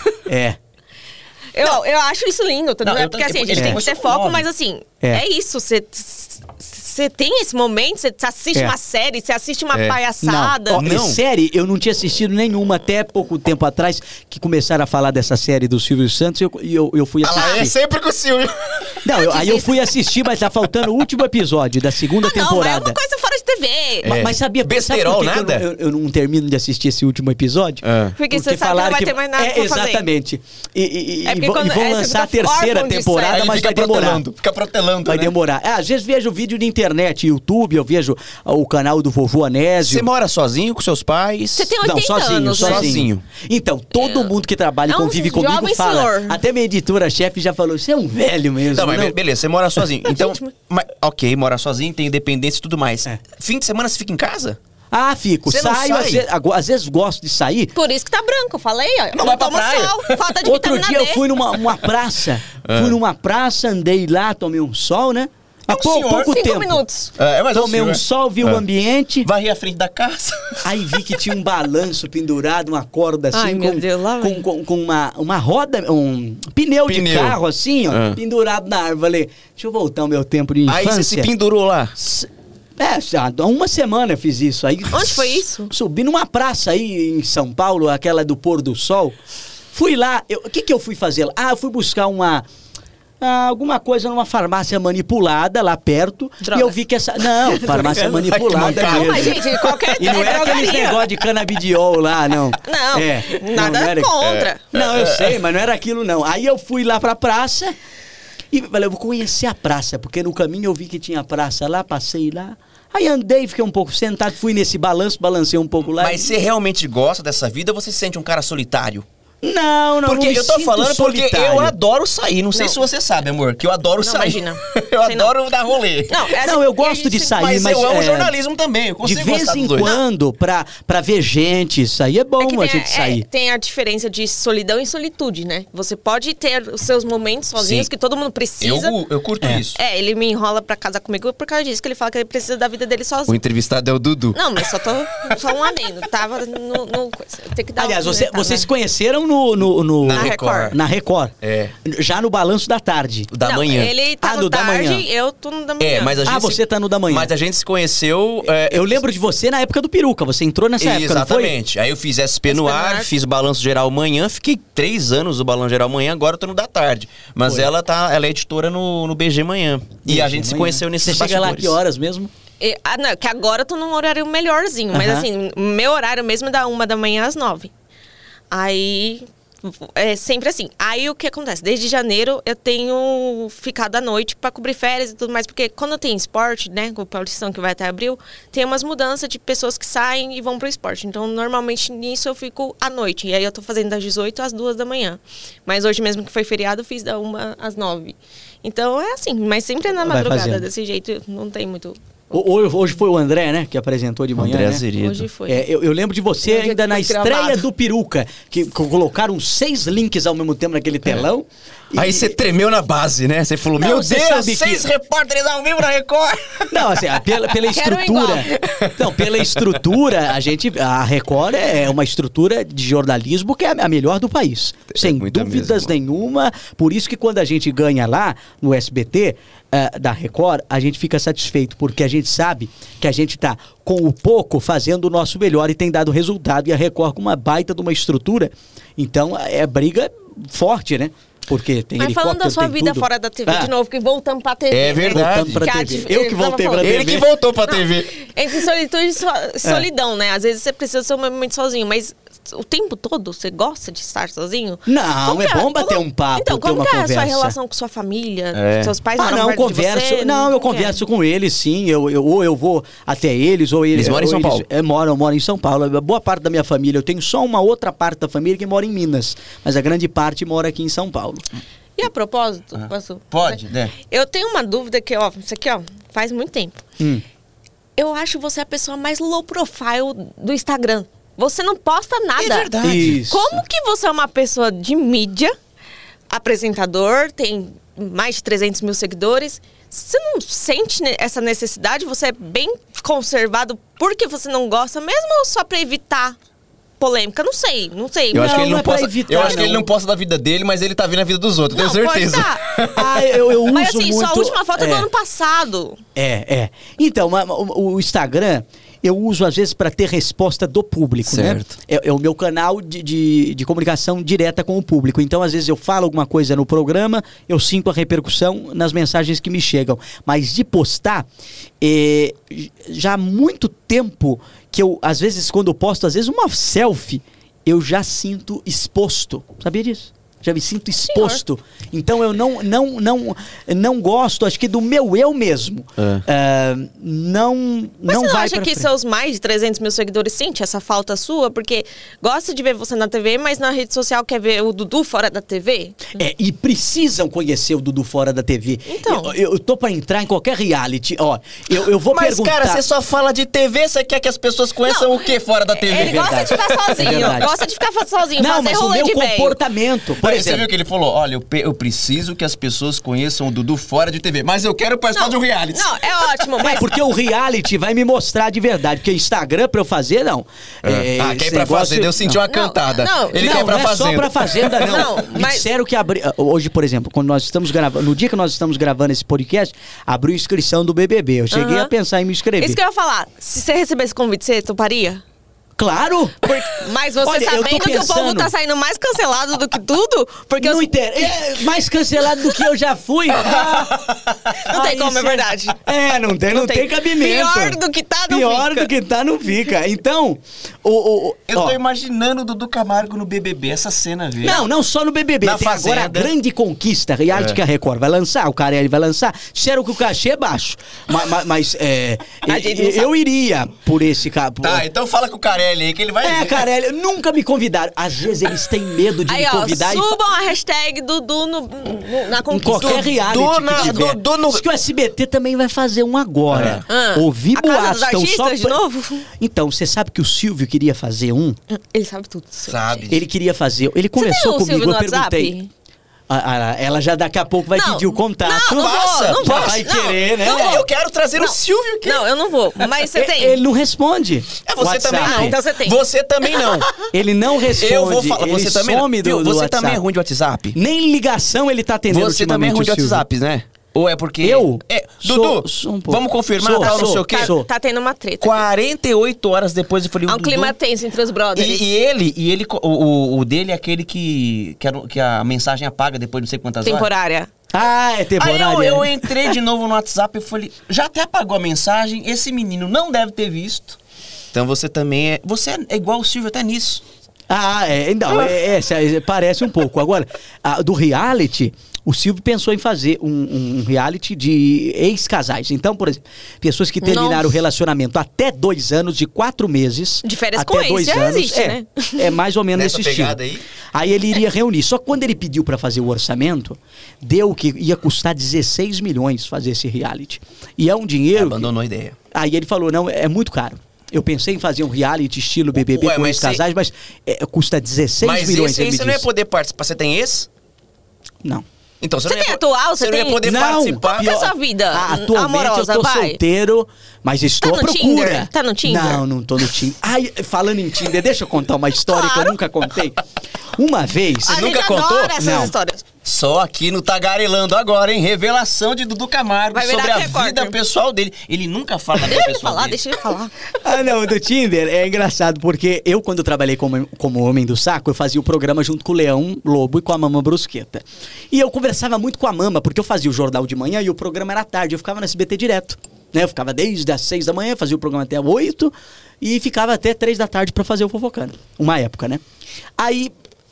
Eu acho isso lindo, entendeu? Não, eu Porque assim, a também, gente tem que ter foco, 9. mas assim, é isso. Você tem esse momento, você assiste uma série, você assiste uma palhaçada. Não. Série, eu não tinha assistido nenhuma até pouco tempo atrás que começaram a falar dessa série do Silvio Santos e eu fui assistir. É sempre com o Silvio. Não, aí eu fui assistir, mas tá faltando o último episódio da segunda temporada. Não, é uma coisa fora de TV. Mas sabia Besterol, sabe por que nada? Eu não termino de assistir esse último episódio? Porque você sabe que não vai ter mais nada pra fazer. Exatamente. E porque vão quando lançar a você fica terceira órfão de temporada, série. mas vai demorar. Fica protelando, Vai demorar. Às vezes vejo vídeo na internet, YouTube, eu vejo o canal do Vovô Anésio. Você mora sozinho com seus pais? Você tem 80 sozinho, anos, né? sozinho. Então, todo mundo que trabalha e É um convive comigo jovem fala. senhor. Até minha editora-chefe já falou, você é um velho mesmo. Não, mas não? beleza, você mora sozinho. Então, ok, mora sozinho, tem independência e tudo mais. Fim de semana você fica em casa? Fico. Você não Saio, sai? às vezes gosto de sair. Por isso que tá branco, eu falei, ó. Não vai pra toma praia. sol, falta de Outro vitamina dia eu D. fui numa praça. Fui numa praça, andei lá, tomei um sol, né? Há pouco 5 tempo. minutos. Mas Tomei um sol, vi o ambiente. Varri a frente da casa. Aí vi que tinha um balanço pendurado, uma corda assim, Ai, meu Deus, lá vai. com uma roda, um pneu de carro assim, ó, pendurado na árvore. Falei, deixa eu voltar ao meu tempo de infância. Aí você se pendurou lá. Há uma semana eu fiz isso. Aí, Onde foi isso? Subi numa praça aí em São Paulo, aquela do pôr do sol. Fui lá, o que eu fui fazer lá? Eu fui buscar alguma coisa numa farmácia manipulada lá perto. Drogas. E eu vi que essa... Não, farmácia manipulada Ai, que mesmo. Mas, gente, qualquer E não era aqueles negócio de canabidiol lá, não. Não, nada contra. Não, eu sei, mas não era aquilo, não. Aí eu fui lá pra praça e falei, eu vou conhecer a praça, porque no caminho eu vi que tinha praça lá, passei lá. Aí andei, fiquei um pouco sentado, fui nesse balanço, balancei um pouco lá. Mas você realmente gosta dessa vida ou você se sente um cara solitário? Não, Porque não me eu tô sinto falando porque solitário. eu adoro sair. Não sei se você sabe, amor, que eu adoro sair. Imagina. Eu Sei adoro dar rolê. Não, eu gosto de sair, Mas eu amo é, jornalismo também. Eu de consigo vez gostar em dos dois. quando, pra ver gente, isso aí é bom É que a gente sair. tem a diferença de solidão e solitude, né? Você pode ter os seus momentos sozinhos Sim. que todo mundo precisa. Eu curto isso. Ele me enrola pra casar comigo por causa disso, que ele fala que ele precisa da vida dele O sozinho. entrevistado é o Dudu. Não, mas só um adendo. Tava no coisa. Eu tenho que dar Aliás, um comentário, vocês né? se conheceram Na Record. Na Record. É. Já no balanço da tarde. Da manhã. Ele tá no da tarde, manhã. eu tô no da manhã. Mas a gente você tá no da manhã. Mas a gente se conheceu... Eu lembro de você na época do Peruca. Você entrou nessa época, não foi? Exatamente. Aí eu fiz SP no ar, fiz Balanço Geral manhã, fiquei 3 anos no Balanço Geral manhã, agora eu tô no da tarde. Mas ela é editora no BG Manhã. E a gente se conheceu nesses bastidores. Você chega lá que horas mesmo? Não, que agora eu tô num horário melhorzinho. Mas assim, meu horário mesmo é da 1 da manhã às 9. Aí... É sempre assim. Aí o que acontece? Desde janeiro eu tenho ficado à noite pra cobrir férias e tudo mais. Porque quando tem esporte, né? Com a Paulistão que vai até abril, tem umas mudanças de pessoas que saem e vão pro esporte. Então, normalmente nisso eu fico à noite. E aí eu tô fazendo das 18 às 2 da manhã. Mas hoje mesmo que foi feriado, eu fiz da 1 às 9. Então é assim, mas sempre é na madrugada, desse jeito, não tem muito... Hoje foi o André, né? Que apresentou de manhã, André né? Zerido. Hoje foi. Eu lembro de você ainda na estreia do Peruca, que colocaram 6 links ao mesmo tempo naquele telão. Aí você tremeu na base, né? Você falou, meu Deus, 6 repórteres ao vivo na Record! Não, assim, pela estrutura... Não, pela estrutura, a Record é uma estrutura de jornalismo que é a melhor do país. Sem dúvidas nenhuma. Por isso que quando a gente ganha lá, no SBT... da Record, a gente fica satisfeito, porque a gente sabe que a gente tá com o pouco fazendo o nosso melhor e tem dado resultado, e a Record com uma baita de uma estrutura, então é briga forte, né? Porque tem Mas falando da sua vida tudo. fora da TV, de novo, que voltamos pra TV. É verdade. Voltando pra TV. Eu que voltei pra TV. Ele que voltou pra TV. Entre solitude e solidão, né? Às vezes você precisa ser um momento sozinho, mas o tempo todo você gosta de estar sozinho? Não, é bom bater um papo, então, ter uma como que é a conversa. sua relação com sua família? Seus pais moram perto converso. de você? Não, eu converso com eles, sim. Ou eu vou até eles, ou eles... Eles moram em São Paulo? Moram em São Paulo. Boa parte da minha família. Eu tenho só uma outra parte da família que mora em Minas. Mas a grande parte mora aqui em São Paulo. E a propósito, posso... Pode, né? Eu tenho uma dúvida que, isso aqui, faz muito tempo. Eu acho você a pessoa mais low profile do Instagram. Você não posta nada. É verdade. Isso. Como que você é uma pessoa de mídia, apresentador, tem mais de 300 mil seguidores? Você não sente essa necessidade? Você é bem conservado porque você não gosta mesmo ou só pra evitar polêmica? Não sei. Eu acho que ele não posta. Evitar, eu acho que ele não posta da vida dele, mas ele tá vendo a vida dos outros, tenho certeza. Eu uso mas assim, muito... sua última foto é do ano passado. Então, o Instagram... Eu uso, às vezes, para ter resposta do público, certo. Né? É o meu canal de comunicação direta com o público. Então, às vezes, eu falo alguma coisa no programa, eu sinto a repercussão nas mensagens que me chegam. Mas de postar, já há muito tempo que eu, às vezes, quando eu posto, às vezes, uma selfie, eu já sinto exposto. Sabia disso? Já me sinto exposto. Senhor. Então eu não gosto, acho que do meu eu mesmo. Mas não você não vai acha que frente. seus mais de 300 mil seguidores sentem essa falta sua? Porque gosta de ver você na TV, mas na rede social quer ver o Dudu fora da TV? E precisam conhecer o Dudu fora da TV. Então. Eu tô pra entrar em qualquer reality. Ó, eu vou mas, perguntar... Mas, cara, você só fala de TV, você quer que as pessoas conheçam o que fora da TV? Ele gosta de ficar sozinho. Gosta de ficar sozinho, não, fazer mas rolê o meu de véio. comportamento... Por exemplo, você viu que ele falou, olha, eu preciso que as pessoas conheçam o Dudu fora de TV, mas eu quero participar de um reality. Não, é ótimo, mas... porque o reality vai me mostrar de verdade, porque Instagram pra eu fazer, não. Quer ir pra Fazenda, eu senti uma cantada. Ele quer ir pra Fazenda. Não é só pra Fazenda, não. Me disseram que hoje, por exemplo, quando nós estamos gravando, no dia que nós estamos gravando esse podcast, abriu inscrição do BBB. Eu cheguei a pensar em me inscrever. Isso que eu ia falar, se você recebesse convite, você toparia? Claro! Mas você Olha, sabendo que o povo tá saindo mais cancelado do que tudo, porque não mais cancelado do que eu já fui. Não tem como, é verdade. Não tem cabimento. Pior do que tá, não Pior fica. do que tá, não fica. Então, eu tô imaginando o Dudu Camargo no BBB, essa cena, velho. Não só no BBB. Na tem Fazenda. Agora a grande conquista, reality que a Record vai lançar, o Carelli vai lançar. Disseram que o cachê é baixo. Mas eu iria por esse cara. Tá, então fala com o Carelli aí que ele vai... Carelli, nunca me convidaram. Às vezes eles têm medo de me convidar. Subam a hashtag Dudu na conquista. Em qualquer reality que tiver. Acho que o SBT também vai fazer um agora. Ouvi boatos. Casa dos artistas de novo? Então, você sabe que o Silvio queria fazer um? Ele sabe tudo. Sabe. Ele queria fazer... Ele conversou comigo, eu perguntei. Ela já daqui a pouco vai pedir o contato. Não vou. Vai querer, né? Eu quero trazer o Silvio aqui. Não, eu não vou. Mas você tem. Ele não responde. Você WhatsApp. também não. Então você tem. Você também não. Ele não responde. Eu vou falar. Ele Você também some não. do Você WhatsApp. também é ruim de WhatsApp? Nem ligação ele tá atendendo Você também é ruim de ultimamente, o WhatsApp, né? Ou é porque... Eu? Dudu, Sou um pouco. vamos confirmar, tal, não sei o quê. Tá tendo uma treta. 48 horas depois eu falei... Há um clima tenso entre os brothers. E ele o dele é aquele que a mensagem apaga depois de não sei quantas horas. Temporária. Ah, é temporária. Aí eu entrei de novo no WhatsApp e falei, já até apagou a mensagem, esse menino não deve ter visto. Então você também é... Você é igual o Silvio até nisso. Não, parece um pouco. Agora, do reality, o Silvio pensou em fazer um reality de ex-casais. Então, por exemplo, pessoas que terminaram o relacionamento até 2 anos, de 4 meses. De férias até com ex, 2 já anos, existe, né? É mais ou menos Nessa nesse estilo. pegada aí? Aí ele iria reunir. Só que quando ele pediu pra fazer o orçamento, deu que ia custar 16 milhões fazer esse reality. E é um dinheiro... Abandonou a ideia. Aí ele falou, não, é muito caro. Eu pensei em fazer um reality estilo BBB com ex-casais, mas custa 16 milhões. Mas você não ia poder participar. Você tem esse? Não. Então Você tem atual? Você não ia tem... poder Não, participar. Qual que é a sua vida Atualmente amorosa? eu tô Vai. solteiro, mas estou Tá à no procura. Tinder? Tá no Tinder? Não tô no Tinder. Ai, falando em Tinder, deixa eu contar uma história que eu nunca contei. Uma vez... A nunca gente contou? adora essas Não. histórias. Só aqui no Tagarelando agora, hein? Revelação de Dudu Camargo Vai virar sobre a repórter. vida pessoal dele. Ele nunca fala da vida Deixa ele pessoal falar, dele. deixa ele falar. Não, do Tinder é engraçado, porque eu, quando trabalhei como Homem do Saco, eu fazia o programa junto com o Leão Lobo e com a Mama Brusqueta. E eu conversava muito com a Mama, porque eu fazia o jornal de manhã e o programa era à tarde. Eu ficava no SBT direto, né? Eu ficava desde as 6 da manhã, fazia o programa até 8 e ficava até 3 da tarde pra fazer o Fofocando. Uma época, né? Aí,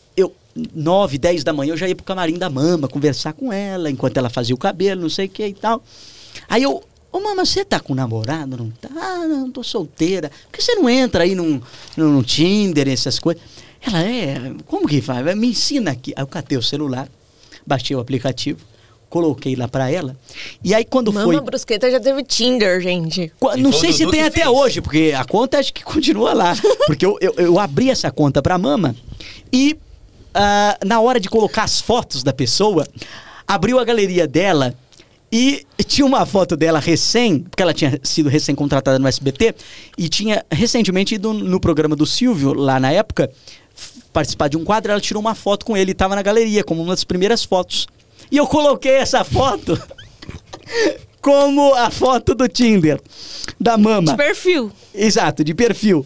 9, 10 da manhã, eu já ia pro camarim da Mama conversar com ela, enquanto ela fazia o cabelo, não sei o que e tal. Aí eu... Ô, Mama, você tá com namorado? Não tá? Ah, não, tô solteira. Por que você não entra aí no Tinder, essas coisas? Ela, como que faz? Me ensina aqui. Aí eu catei o celular, baixei o aplicativo, coloquei lá pra ela. E aí quando foi... Mama Brusqueta já teve Tinder, gente. Não foi sei o se Dudu tem que até fez. hoje, porque a conta acho que continua lá. Porque eu abri essa conta pra Mama e na hora de colocar as fotos da pessoa, abriu a galeria dela e tinha uma foto dela porque ela tinha sido recém-contratada no SBT e tinha recentemente ido no programa do Silvio, lá na época, participar de um quadro. Ela tirou uma foto com ele, estava na galeria, como uma das primeiras fotos. E eu coloquei essa foto como a foto do Tinder, da Mama. De perfil. Exato, de perfil.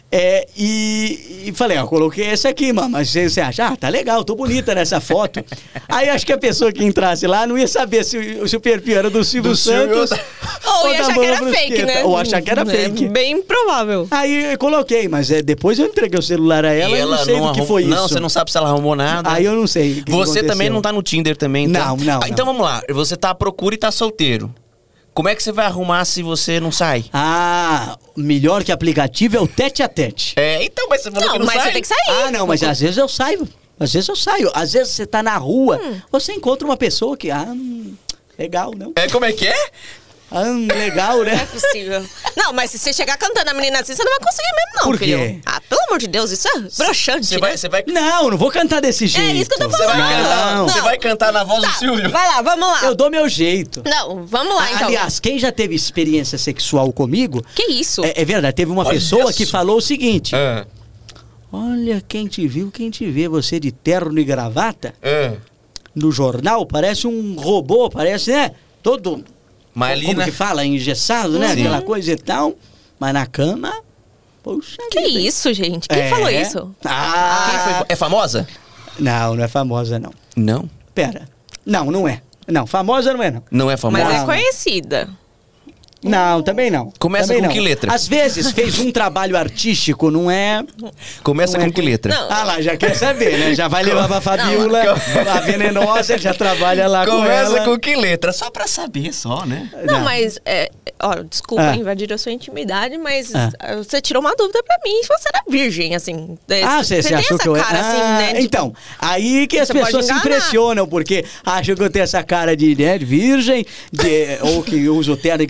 E falei, eu coloquei essa aqui, mas você acha, tá legal, tô bonita nessa foto. Aí acho que a pessoa que entrasse lá não ia saber se o perfil era do Silvio Santos Ou ia da achar que Mama era fake, Brusqueta. né? Ou achar que era fake. Bem improvável. Aí eu coloquei, mas depois eu entreguei o celular a ela e eu não sei do que foi isso. Não, você não sabe se ela arrumou nada. Aí eu não sei o que Você aconteceu. também não tá no Tinder também, então? Não. Então vamos lá, você tá à procura e tá solteiro. Como é que você vai arrumar se você não sai? Melhor que aplicativo é o tete-a-tete. Então, mas você falou que não mas sai. você tem que sair. Não, mas às vezes eu saio. Às vezes você tá na rua, você encontra uma pessoa que, legal, não? Como é que é? Legal, né? Não é possível. Não, mas se você chegar cantando a menina assim, você não vai conseguir mesmo, não, Por quê? filho. Pelo amor de Deus, isso é broxante, Você vai... Não vou cantar desse jeito. É isso que eu tô Você falando. vai cantar, Não. você vai cantar na voz do Silvio? Vai lá, vamos lá. Eu dou meu jeito. Não, vamos lá, então. Aliás, quem já teve experiência sexual comigo... Que isso? É verdade, teve uma Olha pessoa isso. que falou o seguinte... Olha, quem te viu, quem te vê, você de terno e gravata, no jornal, parece um robô, parece, né? Todo... Mas ali, como né? que fala? Engessado, né? Sim. Aquela coisa e tal. Mas na cama... Poxa Que vida. isso, gente? Quem falou isso? Quem foi? É famosa? Não é famosa, não. Não. Pera. Não é. Não, famosa não é, não. Não é famosa? Mas é Não. conhecida. Não, também não. Começa Também com não. que letra? Às vezes fez um trabalho artístico, não é... Começa Não é com que letra? Não. Lá, já quer saber, né? Já vai levar pra Fabiola, a venenosa, já trabalha lá com Começa ela. com que letra? Só pra saber, só, né? Não, mas, desculpa Ah. invadir a sua intimidade, mas você tirou uma dúvida pra mim se você era virgem, assim. Você tem achou essa que eu era? cara, assim, né? Tipo, Então, aí que as você pode pessoas se enganar. impressionam, porque acham que eu tenho essa cara de virgem, ou que uso terno e gravata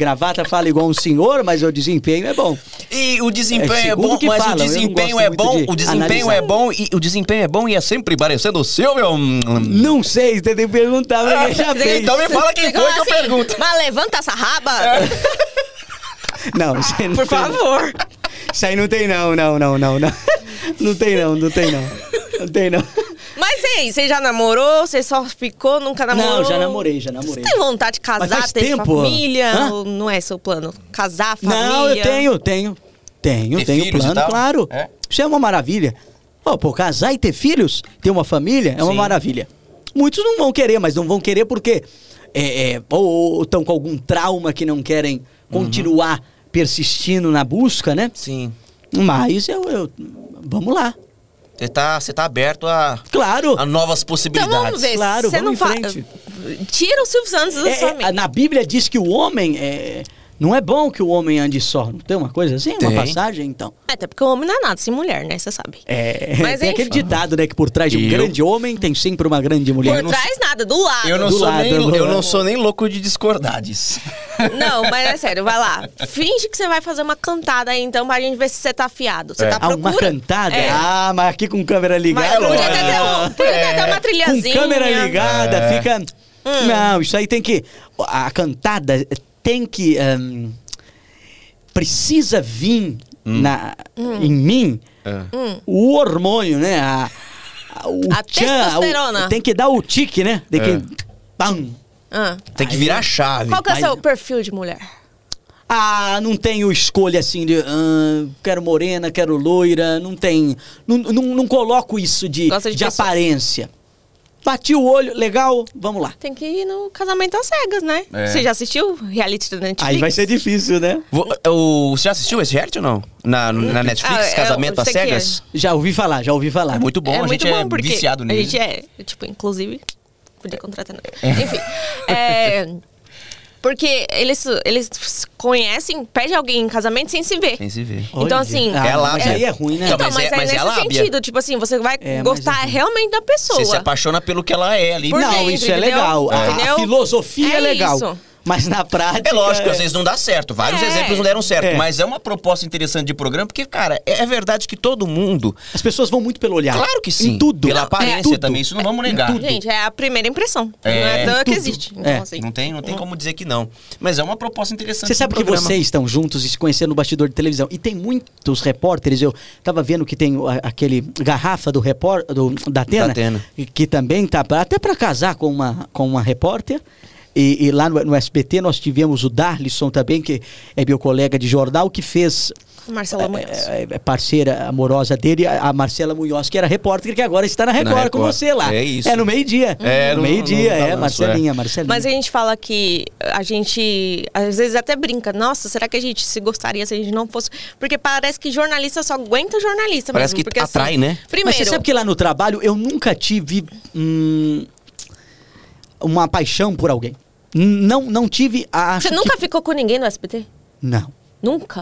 fala igual um senhor, mas o desempenho é bom. E o desempenho é bom, que mas falam, o desempenho é bom. O desempenho é bom e o desempenho é bom e é sempre parecendo o seu, meu. Não sei, você tem que perguntar pra quem já fez. Então me fala quem foi que eu pergunto. Mas levanta essa raba. Não, isso aí não Por tem, favor. Isso aí não tem não. Não tem não. Não tem não. Mas e aí, você já namorou? Você só ficou, nunca namorou? Não, já namorei. Você tem vontade de Mas casar, faz ter tempo. família? Hã? Ou não é seu plano? Casar, família? Não, eu tenho Ter filhos e plano, tal? claro. É? Isso é uma maravilha. Pô, casar e ter filhos, ter uma família, é uma Sim. maravilha. Muitos não vão querer, mas não vão querer porque ou estão com algum trauma que não querem continuar persistindo na busca, né? Sim. Mas vamos lá. Você tá aberto a Claro. novas Então possibilidades. vamos ver. Claro, você vamos não em frente. Tira o Silvio Santos da sua mente. Na Bíblia diz que o homem não é bom que o homem ande só. Não tem uma coisa assim? Tem. Uma passagem, então? Até porque o homem não é nada sem mulher, né? Você sabe. Tem Mas enfim. aquele ditado, né? Que por trás de um grande homem tem sempre uma grande mulher. Por trás nada, do lado. Eu não sou nem louco de discordar disso. Não, mas é sério, vai lá. Finge que você vai fazer uma cantada aí, então, pra gente ver se você tá afiado. Você tá à procura? Uma cantada? É. Mas aqui com câmera Mas ligada. podia ter até uma Com trilhazinha. câmera ligada, fica... Não, isso aí tem que... A cantada tem que... precisa vir em mim o hormônio, né? A testosterona. Tem que dar o tique, né? Tem que... Pam. Tem que virar chave. Qual que é o seu perfil de mulher? Não tenho escolha assim de quero morena, quero loira, não tem. Não coloco isso de Gosta de aparência. Bati o olho, legal, vamos lá. Tem que ir no Casamento às Cegas, né? É. Você já assistiu reality da Netflix? Aí vai ser difícil, né? Você já assistiu esse reality ou não? Na Netflix, Casamento às Cegas? Já ouvi falar. É muito bom, a gente é porque viciado nele. A gente inclusive, podia contratar. Enfim, porque eles conhecem, pede alguém em casamento sem se ver. Sem se ver. Então, Olha. assim... Mas aí é ruim, né? Então, mas mas é nesse lábia. sentido, tipo assim, você vai mas gostar é ruim. realmente da pessoa. Você se apaixona pelo que ela é ali. Por Não, dentro, isso é entendeu? legal. A Entendeu? filosofia é legal. Isso. Mas na prática... É lógico, às vezes não dá certo. Vários exemplos não deram certo. É. Mas é uma proposta interessante de programa, porque, cara, é verdade que todo mundo... As pessoas vão muito pelo olhar. Claro que sim. Em tudo. Pela aparência tudo. também, isso não vamos negar. tudo. Gente, é a primeira impressão. É. Não é à toa que Tudo. existe. Então, assim, Não tem como dizer que não. Mas é uma proposta interessante. Você sabe de que programa. vocês estão juntos e se conhecendo no bastidor de televisão. E tem muitos repórteres. Eu tava vendo que tem aquele Garrafa da Atena. Da Atena. Que também tá até para casar com uma repórter. E lá no SBT nós tivemos o Darlisson também, que é meu colega de jornal, que fez... Marcela Munhoz. Parceira amorosa dele, a Marcela Munhoz, que era repórter, que agora está na Record com você lá. É isso. É no meio-dia. É, no no meio-dia, balanço, Marcelinha. Mas a gente fala que a gente, às vezes, até brinca. Nossa, será que a gente se gostaria se a gente não fosse... Porque parece que jornalista só aguenta jornalista Parece mesmo. que porque, atrai, assim, né? Primeiro... Mas você sabe que lá no trabalho eu nunca tive uma paixão por alguém. Não tive... Você nunca ficou com ninguém no SBT? Não. Nunca?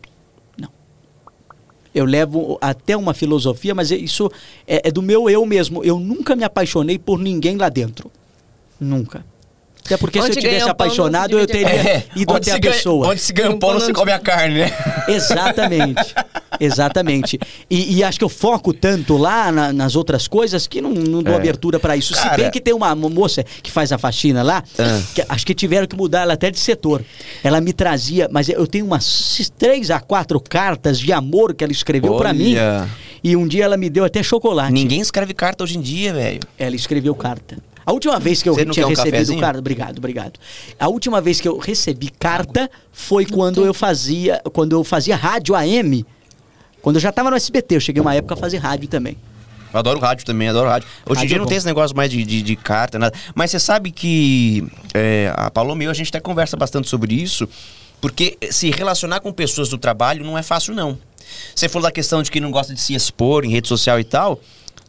Eu levo até uma filosofia, mas isso é do meu eu mesmo. Eu nunca me apaixonei por ninguém lá dentro. Nunca. Até porque Onde se eu tivesse ganha o pão, apaixonado, não eu se divide a teria ido até a pessoa. Onde se ganha o pão, não se come a carne, né? Exatamente. Exatamente. E acho que eu foco tanto lá nas outras coisas que não dou abertura pra isso. Cara, Se bem que tem uma moça que faz a faxina lá, que acho que tiveram que mudar ela até de setor. Ela me trazia, mas eu tenho umas 3 a 4 cartas de amor que ela escreveu pra mim. E um dia ela me deu até chocolate. Ninguém escreve carta hoje em dia, velho. Ela escreveu carta. A última vez que eu tinha recebido carta... Obrigado. A última vez que eu recebi carta foi quando eu fazia rádio AM. Quando eu já estava no SBT. Eu cheguei uma época a fazer rádio também. Eu adoro rádio também, adoro rádio. Hoje em dia não tem esse negócio mais de carta, nada. Mas você sabe que a Paloma e eu, a gente até conversa bastante sobre isso, porque se relacionar com pessoas do trabalho não é fácil, não. Você falou da questão de que não gosta de se expor em rede social e tal...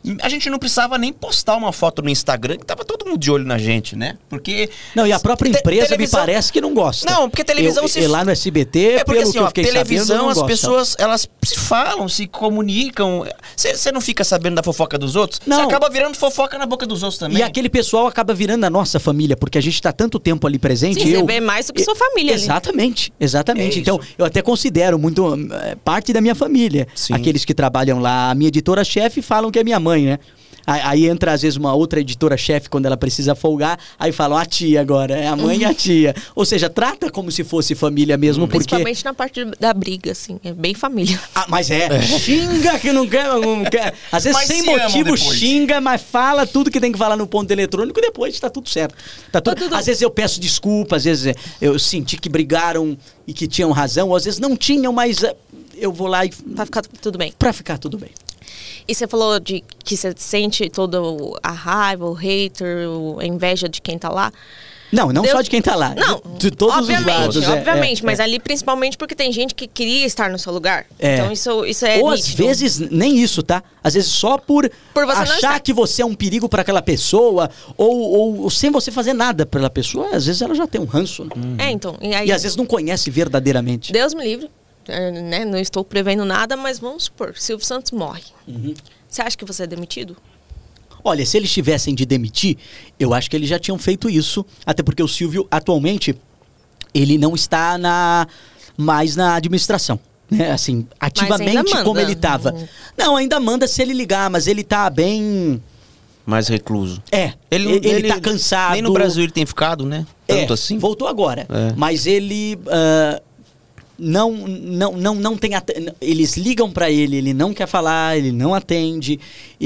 A gente não precisava nem postar uma foto no Instagram, que tava todo mundo de olho na gente, né? Porque... Não, e a própria empresa me parece que não gosta. Não, porque televisão... Lá no SBT, porque, pelo assim, que eu fiquei televisão, sabendo, as pessoas, elas se falam, se comunicam. Você não fica sabendo da fofoca dos outros? Você acaba virando fofoca na boca dos outros também. E aquele pessoal acaba virando a nossa família, porque a gente tá tanto tempo ali presente. Sim, você vê mais do que sua família ali. Exatamente. Então, eu até considero muito parte da minha família. Sim. Aqueles que trabalham lá. A minha editora-chefe falam que é minha mãe, né? Aí entra, às vezes, uma outra editora-chefe quando ela precisa folgar, aí falam a tia agora, é a mãe e a tia. Ou seja, trata como se fosse família mesmo, porque... Principalmente na parte da briga, assim, é bem família. Mas xinga que não quer. Às vezes, sem motivo, xinga, mas fala tudo que tem que falar no ponto eletrônico e depois tá tudo certo. Às vezes eu peço desculpa, às vezes eu senti que brigaram e que tinham razão, ou às vezes não tinham, mas eu vou lá e... Pra ficar tudo bem. Pra ficar tudo bem. E você falou de que você sente toda a raiva, o hater, a inveja de quem tá lá. Não só de quem tá lá. Não, de todos os lados. Obviamente, mas ali principalmente porque tem gente que queria estar no seu lugar. Então isso é ou nítido. Às vezes nem isso, tá? Às vezes só por achar que você é um perigo para aquela pessoa ou sem você fazer nada pela pessoa, às vezes ela já tem um ranço. Né? Então. E às vezes não conhece verdadeiramente. Deus me livre. Né? Não estou prevendo nada, mas vamos supor, Silvio Santos morre. Você acha que você é demitido? Olha, se eles tivessem de demitir, eu acho que eles já tinham feito isso. Até porque o Silvio, atualmente, ele não está mais na administração. Né? Assim, ativamente como ele estava. Não, ainda manda se ele ligar, mas ele tá bem... Mais recluso. Ele tá cansado. Nem no Brasil ele tem ficado, né? Tanto assim. Voltou agora. Mas ele... não tem eles ligam pra ele não quer falar, ele não atende,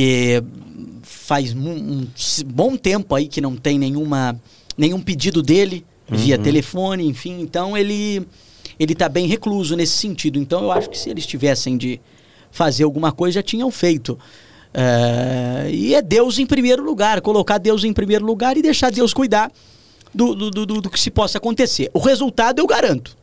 faz um bom tempo aí que não tem nenhum pedido dele via telefone, enfim, então ele tá bem recluso nesse sentido. Então eu acho que se eles tivessem de fazer alguma coisa, já tinham feito. E é Deus em primeiro lugar, colocar Deus em primeiro lugar e deixar Deus cuidar do que se possa acontecer. O resultado eu garanto.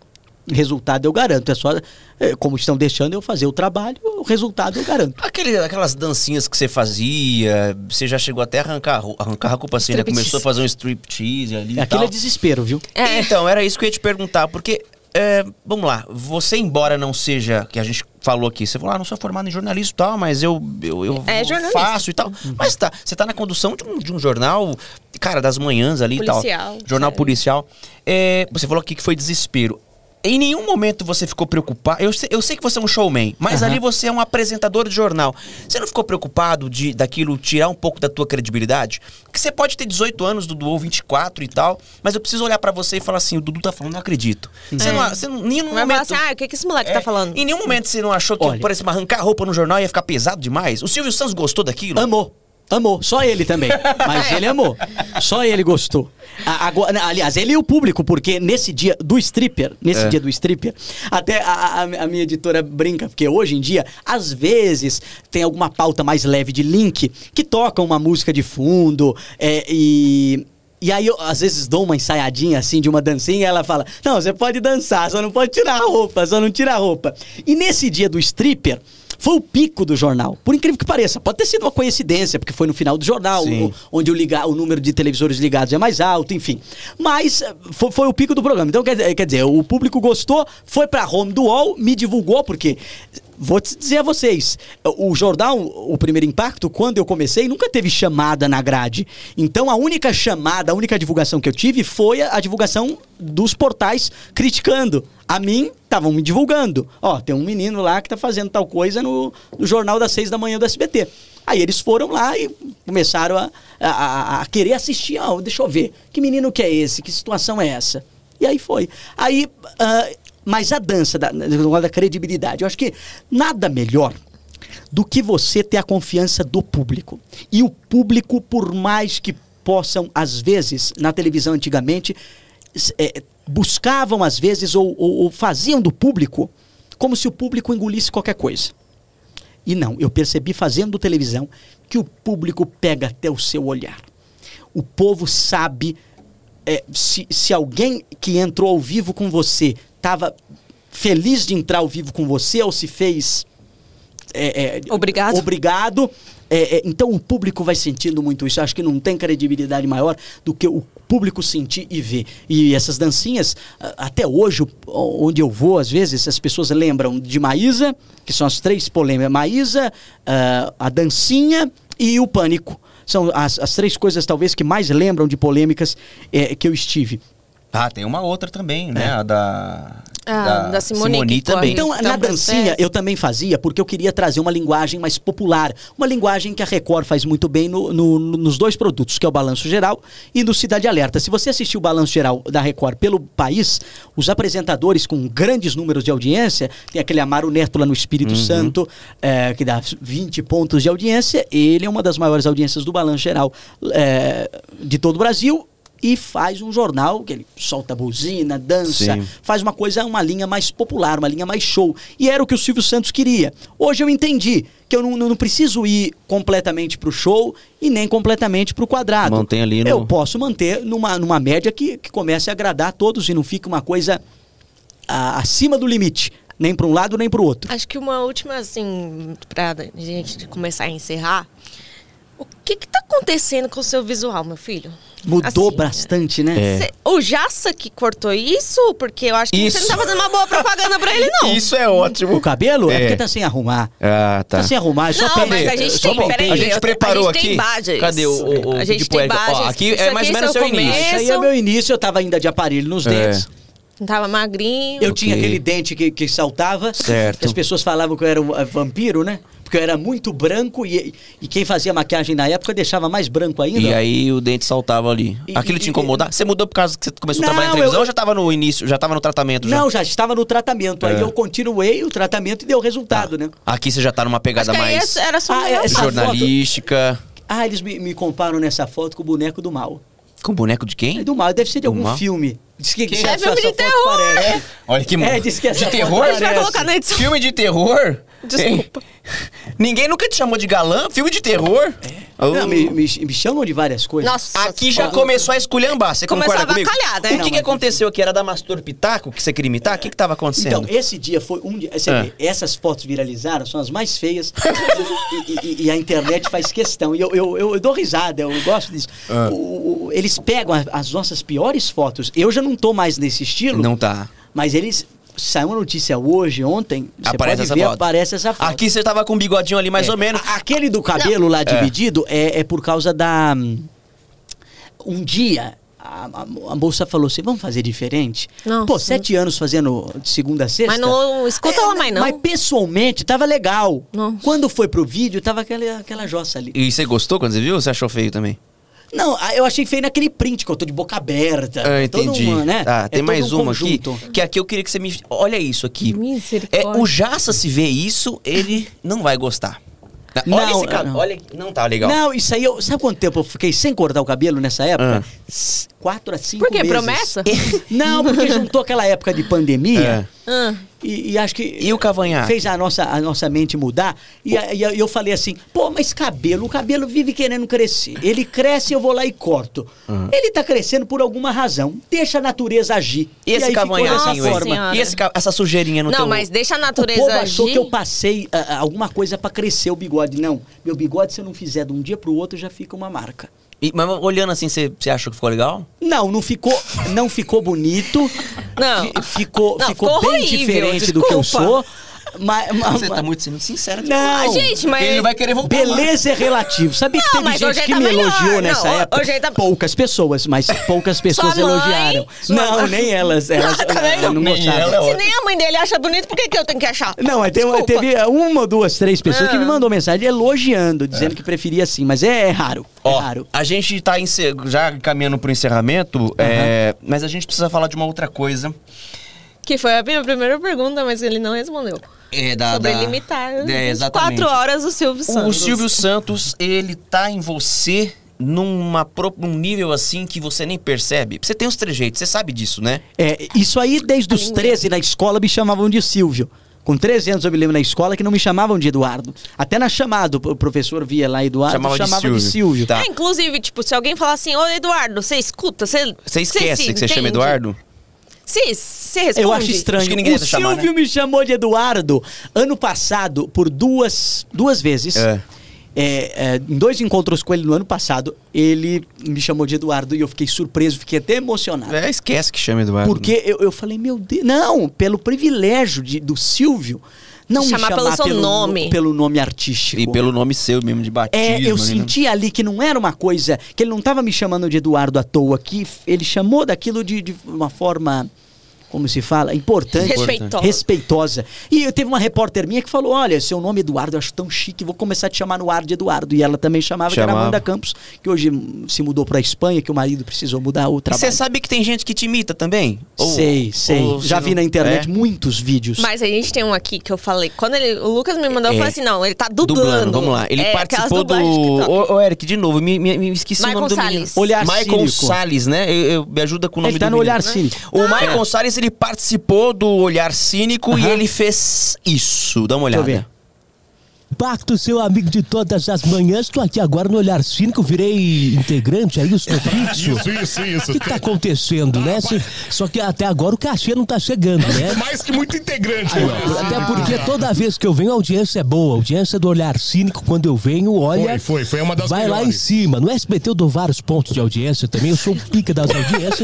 É só, como estão deixando eu fazer o trabalho, o resultado eu garanto. Aquelas dancinhas que você fazia, você já chegou até a arrancar a culpa assim, né? Começou a fazer um striptease ali e tal. Aquilo é desespero, viu? Então, era isso que eu ia te perguntar, porque, vamos lá, você embora não seja, que a gente falou aqui, você falou, não sou formado em jornalismo e tal, mas eu faço e tal. Mas você tá na condução de um jornal, cara, das manhãs ali policial, e tal. Jornal policial. Você falou aqui que foi desespero. Em nenhum momento você ficou preocupado. Eu sei que você é um showman, mas ali você é um apresentador de jornal. Você não ficou preocupado daquilo tirar um pouco da tua credibilidade? Porque você pode ter 18 anos, Dudu, ou 24 e tal, mas eu preciso olhar pra você e falar assim, o Dudu tá falando, não acredito. Você não, nenhum momento... Vai falar assim, o que esse moleque tá falando? Em nenhum momento você não achou que, por exemplo, arrancar a roupa no jornal ia ficar pesado demais? O Silvio Santos gostou daquilo? Amou, só ele também. Mas ele amou. Só ele gostou. Aliás, ele e o público, porque nesse dia do stripper, até a minha editora brinca, porque hoje em dia, às vezes, tem alguma pauta mais leve de link que toca uma música de fundo e aí eu, às vezes, dou uma ensaiadinha assim de uma dancinha e ela fala, não, você pode dançar, só não pode tirar a roupa, só não tira a roupa. E nesse dia do stripper, foi o pico do jornal. Por incrível que pareça. Pode ter sido uma coincidência, porque foi no final do jornal, onde o número de televisores ligados é mais alto, enfim. Mas foi o pico do programa. Então, quer dizer, o público gostou, foi pra home do UOL, me divulgou, porque... Vou te dizer a vocês, o jornal, o Primeiro Impacto, quando eu comecei, nunca teve chamada na grade. Então, a única divulgação que eu tive foi a divulgação dos portais criticando. A mim, estavam me divulgando. Tem um menino lá que tá fazendo tal coisa no jornal das 6 da manhã do SBT. Aí eles foram lá e começaram a querer assistir. Deixa eu ver, que menino que é esse? Que situação é essa? E aí foi. Mas a dança da credibilidade, eu acho que nada melhor do que você ter a confiança do público. E o público, por mais que possam, às vezes, na televisão antigamente, buscavam, às vezes, ou faziam do público como se o público engolisse qualquer coisa. E não, eu percebi fazendo televisão que o público pega até o seu olhar. O povo sabe... se alguém que entrou ao vivo com você estava feliz de entrar ao vivo com você ou se fez Obrigado. Então o público vai sentindo muito isso. Eu acho que não tem credibilidade maior do que o público sentir e ver. E essas dancinhas, até hoje, onde eu vou, às vezes, as pessoas lembram de Maísa, que são as 3 polêmicas. Maísa, a dancinha e o pânico. São as 3 coisas, talvez, que mais lembram de polêmicas que eu estive. Tem uma outra também, né? A da Simone também. Então, na dancinha, eu também fazia porque eu queria trazer uma linguagem mais popular. Uma linguagem que a Record faz muito bem nos 2 produtos, que é o Balanço Geral e no Cidade Alerta. Se você assistiu o Balanço Geral da Record pelo país, os apresentadores com grandes números de audiência, tem aquele Amaro Neto lá no Espírito Santo, que dá 20 pontos de audiência. Ele é uma das maiores audiências do Balanço Geral de todo o Brasil. E faz um jornal que ele solta buzina, dança, faz uma linha mais popular, uma linha mais show. E era o que o Silvio Santos queria. Hoje eu entendi que eu não preciso ir completamente pro show e nem completamente pro quadrado. Mantém ali Eu posso manter numa média que comece a agradar a todos e não fique uma coisa acima do limite. Nem para um lado, nem para o outro. Acho que uma última, assim, pra gente começar a encerrar. O que tá acontecendo com o seu visual, meu filho? Mudou assim, bastante, né? O Jassa que cortou isso? Porque eu acho que você não tá fazendo uma boa propaganda pra ele, não. Isso é ótimo. O cabelo é porque tá sem arrumar. Tá. Tá sem arrumar. Só não, mas a gente tem, peraí. A gente preparou aqui. Badges. Cadê o a gente tem badges. Aqui é mais ou menos o seu início. Isso aí é meu início, eu tava ainda de aparelho nos dentes. Tava magrinho. Eu tinha aquele dente que saltava. Certo. Que as pessoas falavam que eu era um vampiro, né? Porque eu era muito branco e quem fazia maquiagem na época deixava mais branco ainda. E aí o dente saltava ali. Aquilo te incomodava? Você mudou por causa que você começou a trabalhar em televisão ou já estava no início, já estava no tratamento? Não, já estava no tratamento. Aí eu continuei o tratamento e deu resultado, né? Aqui você já tá numa pegada mais era só jornalística. Foto... eles me comparam nessa foto com o boneco do mal. Com o boneco de quem? Do mal, deve ser de algum filme. Diz que é filme de terror. Olha que diz que essa de terror? A gente vai colocar na edição. Filme de terror? Desculpa. Ninguém nunca te chamou de galã? Filme de terror? Não, me chamam de várias coisas. Nossa. Aqui já começou a esculhambar. Você concorda comigo? Né? O que aconteceu aqui? Era da Mastor Pitaco que você queria imitar? O que tava acontecendo? Então, esse dia foi um dia... Você vê, essas fotos viralizaram, são as mais feias. e a internet faz questão. E eu dou risada, eu gosto disso. Eles pegam as nossas piores fotos. Eu já não tô mais nesse estilo. Não tá. Mas eles... Saiu uma notícia hoje, ontem, você aparece pode ver, aparece essa foto. Aqui você tava com um bigodinho ali, mais ou menos. Aquele do cabelo lá dividido é por causa da... Um dia, a moça falou assim, vamos fazer diferente? Não, Pô, 7 anos fazendo de segunda a sexta. Mas não escuta lá mais não. Mas pessoalmente, tava legal. Não. Quando foi pro vídeo, tava aquela jossa ali. E você gostou quando você viu ou você achou feio também? Não, eu achei feio naquele print, que eu tô de boca aberta. Entendi. Né? Tem mais uma conjunto. aqui, que aqui eu queria que você me... Olha isso aqui. Misericórdia. O Jassa, se vê isso, ele não vai gostar. Olha esse cabelo. Olha, não tá legal. Não, isso aí, sabe quanto tempo eu fiquei sem cortar o cabelo nessa época? 4 a 5 meses. Por quê? Promessa? Não, porque juntou aquela época de pandemia. E acho que... E o cavanhaque? Fez a nossa mente mudar. E eu falei assim, pô, mas o cabelo vive querendo crescer. Ele cresce, eu vou lá e corto. Ele tá crescendo por alguma razão. Deixa a natureza agir. E esse cavanhaquinho aí? E essa sujeirinha no teu... Não, mas deixa a natureza agir. O povo agir. achou que eu passei alguma coisa pra crescer o bigode. Não, meu bigode, se eu não fizer de um dia pro outro, já fica uma marca. Mas olhando assim, você achou que ficou legal? Não ficou bonito. Não. Ficou ficou bem horrível, diferente do que eu sou. Você tá muito sendo sincero. Não, gente, mas... Ele não vai querer voltar. Beleza é relativo. Sabia que teve gente que me elogiou nessa época? Poucas pessoas, mas poucas pessoas elogiaram. Não, nem elas não gostaram. Se nem a mãe dele acha bonito, por que eu tenho que achar? Não, teve 1, 2, 3 pessoas que me mandou mensagem elogiando, dizendo que preferia assim, mas é raro. Raro. A gente tá já caminhando pro encerramento, mas a gente precisa falar de uma outra coisa. Que foi a minha primeira pergunta, mas ele não respondeu. Sobre limitar 4 horas o Silvio Santos. O Silvio Santos, ele tá em você num nível assim que você nem percebe. Você tem os trejeitos, você sabe disso, né? Isso aí desde os 13 na escola me chamavam de Silvio. Com 13 anos eu me lembro na escola que não me chamavam de Eduardo. Até na chamada, o professor via lá Eduardo, chamava de Silvio. Tá. Inclusive, tipo, se alguém falar assim, ô Eduardo, você escuta, você esquece que você chama Eduardo? Você responde? Eu acho estranho. Acho que ninguém O ia te chamar, Silvio me chamou de Eduardo ano passado por duas vezes. Em 2 encontros com ele no ano passado, ele me chamou de Eduardo e eu fiquei surpreso, fiquei até emocionado. Esquece que chama Eduardo. Porque eu falei, meu Deus, não, pelo privilégio do Silvio, não me chamar pelo seu nome. Pelo nome artístico. E pelo nome seu mesmo, de batismo. Eu senti ali que não era uma coisa, que ele não estava me chamando de Eduardo à toa, que ele chamou daquilo de uma forma, como se fala, importante. Respeitosa. E teve uma repórter minha que falou, olha, seu nome Eduardo eu acho tão chique, vou começar a te chamar no ar de Eduardo. E ela também chamava. Que era Amanda Campos, que hoje se mudou pra Espanha, que o marido precisou mudar o trabalho. Você sabe que tem gente que te imita também? Sei. Já vi na internet muitos vídeos. Mas a gente tem um aqui que eu falei, quando o Lucas me mandou, eu falei assim, não, ele tá dublando. Vamos lá, ele participou do... Ô, Eric, de novo, me esqueci o nome do menino. Michael Salles, né? Me ajuda com o nome ele tá do no menino. Olhar Cínico. O Michael Salles, ele participou do Olhar Cínico e ele fez isso. Dá uma olhada. Deixa eu ver. Pacto, seu amigo de todas as manhãs, tô aqui agora no Olhar Cínico, virei integrante aí, estou fixo. Isso. O que tá acontecendo, né? Só que até agora o cachê não tá chegando, né? Mais que muito integrante. Até porque toda vez que eu venho, a audiência é boa. A audiência do Olhar Cínico, quando eu venho, olha... Foi uma das vai melhores. lá em cima. No SBT eu dou vários pontos de audiência também, eu sou o pica das audiências.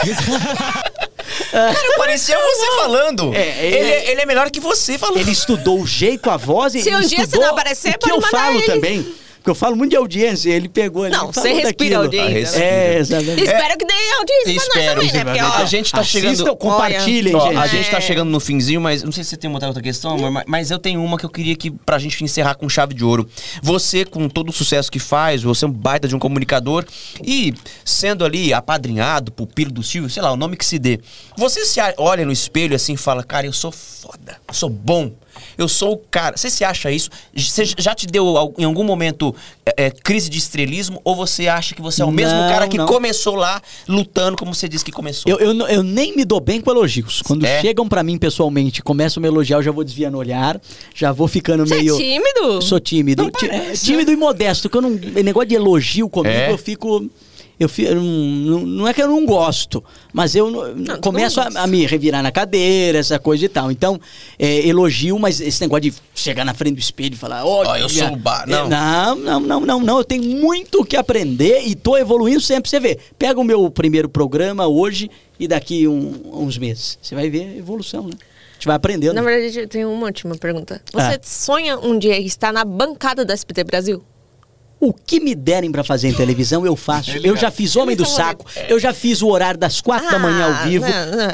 Cara, parecia você falando. Ele é melhor que você falando. Ele estudou o jeito, a voz. Se um dia você não aparecer, o que eu falo também. Porque eu falo muito de audiência, ele pegou ali. Não, você respira audiência. Exatamente. Espero que dê audiência pra nós também, né? Porque, a gente tá chegando... Compartilhem, gente. A gente tá chegando no finzinho, mas não sei se você tem uma outra questão, mas eu tenho uma que eu queria pra gente encerrar com chave de ouro. Você, com todo o sucesso que faz, você é um baita de um comunicador e sendo ali apadrinhado, pupilo do Silvio, sei lá, o nome que se dê. Você se olha no espelho assim e fala, cara, eu sou foda, eu sou bom. Eu sou o cara. Você se acha isso? Você já te deu em algum momento crise de estrelismo? Ou você acha que você é o mesmo cara que começou lá lutando, como você disse que começou? Eu nem me dou bem com elogios. Quando chegam pra mim pessoalmente, começam a me elogiar, eu já vou desviando o olhar, já vou ficando meio... Você é tímido? Sou tímido. Tímido e modesto. Que eu não... negócio de elogio comigo, eu fico... não é que eu não gosto, mas eu começo a me revirar na cadeira, essa coisa e tal. Então, elogio, mas esse negócio de chegar na frente do espelho e falar... eu sou o bar, não. Não. Eu tenho muito o que aprender e tô evoluindo sempre. Você vê, pega o meu primeiro programa hoje e daqui uns meses. Você vai ver a evolução, né? A gente vai aprendendo. Na verdade, eu tenho uma última pergunta. Você sonha um dia estar na bancada da SBT Brasil? O que me derem pra fazer em televisão, eu faço. Eu já fiz Homem do Saco. Eu já fiz o horário das 4 da manhã ao vivo.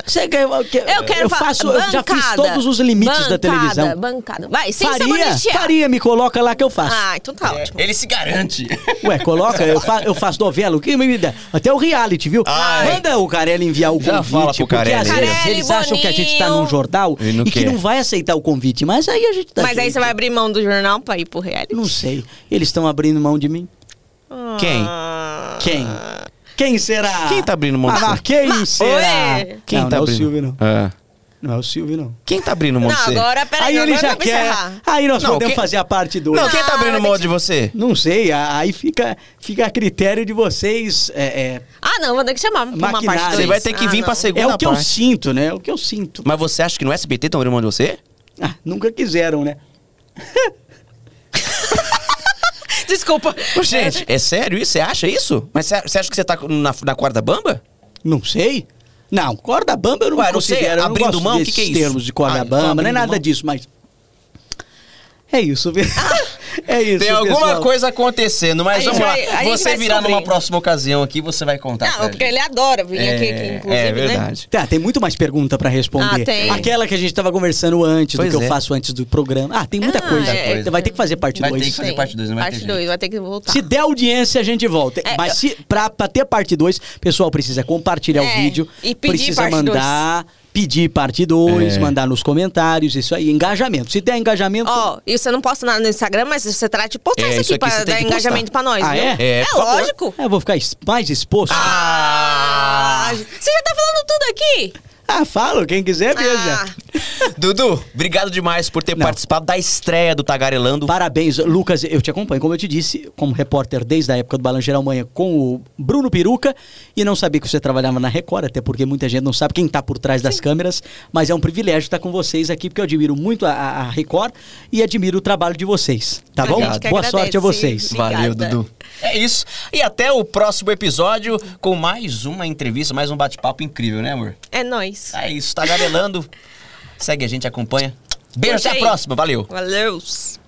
Eu já fiz todos os limites da televisão. Bancada. Vai, sem sabonetear. Faria, me coloca lá que eu faço. Então tá ótimo. Ele se garante. Ué, coloca, eu faço novela. O que me dá? Até o reality, viu? Manda o Carelli enviar o convite. Fala pro Carelli. Porque às vezes eles acham que a gente tá num jornal e que não vai aceitar o convite. Mas aí a gente dá Mas aí você vai abrir mão do jornal pra ir pro reality? Não sei. Eles estão abrindo mão de mim. Quem será? Quem tá abrindo mão de você? Quem será? Quem não, tá não abrindo? É o Silvio, não. Não é o Silvio, não. Quem tá abrindo mão de você? Não, agora, peraí. Aí ele já quer. Aí nós podemos fazer a parte 2. Não, quem tá abrindo mão de você? Não sei, aí fica a critério de vocês. Não, vou ter que chamar pra uma parte 2. Você vai ter que vir pra segunda parte. É o que eu sinto, né? É o que eu sinto. Mas você acha que no SBT estão abrindo mão de você? Nunca quiseram, né? Desculpa. Gente, é sério isso? Você acha isso? Mas você acha que você tá na corda bamba? Não sei. Não, corda bamba eu não considero. Abrindo mão, o que é isso? Termos de corda bamba, não é nada disso, mas... É isso, é isso. Tem alguma coisa acontecendo, mas vamos lá. Você virar descobrir. numa próxima ocasião aqui, você vai contar. Não, porque ele adora vir aqui, inclusive, é verdade. Tá, tem muito mais pergunta pra responder. Tem. Aquela que a gente tava conversando antes, Pois do que eu faço antes do programa. Tem muita coisa. Vai ter que fazer parte 2. Vai ter que fazer parte 2, não vai ter Parte jeito. 2, vai ter que voltar. Se der audiência, a gente volta. Mas pra ter parte 2, pessoal precisa compartilhar o vídeo. E pedir precisa parte mandar... Pedir parte 2, mandar nos comentários, isso aí, engajamento. Se der engajamento... E você não posta nada no Instagram, mas você terá de postar isso aqui pra dar engajamento pra nós, viu? É? Lógico. Eu vou ficar mais exposto. Você já tá falando tudo aqui? Falo, quem quiser, veja. Dudu, obrigado demais por ter participado da estreia do Tagarelando. Parabéns, Lucas. Eu te acompanho, como eu te disse, como repórter desde a época do Balanço Geral Manhã com o Bruno Peruca. E não sabia que você trabalhava na Record, até porque muita gente não sabe quem tá por trás das câmeras. Mas é um privilégio estar com vocês aqui, porque eu admiro muito a Record e admiro o trabalho de vocês. Tá bom? Boa sorte a vocês. Obrigada. Valeu, Dudu. É isso. E até o próximo episódio com mais uma entrevista, mais um bate-papo incrível, né, amor? É nóis. É isso, Tagarelando. Segue a gente, acompanha. Beijo, até a próxima. Valeu. Valeu.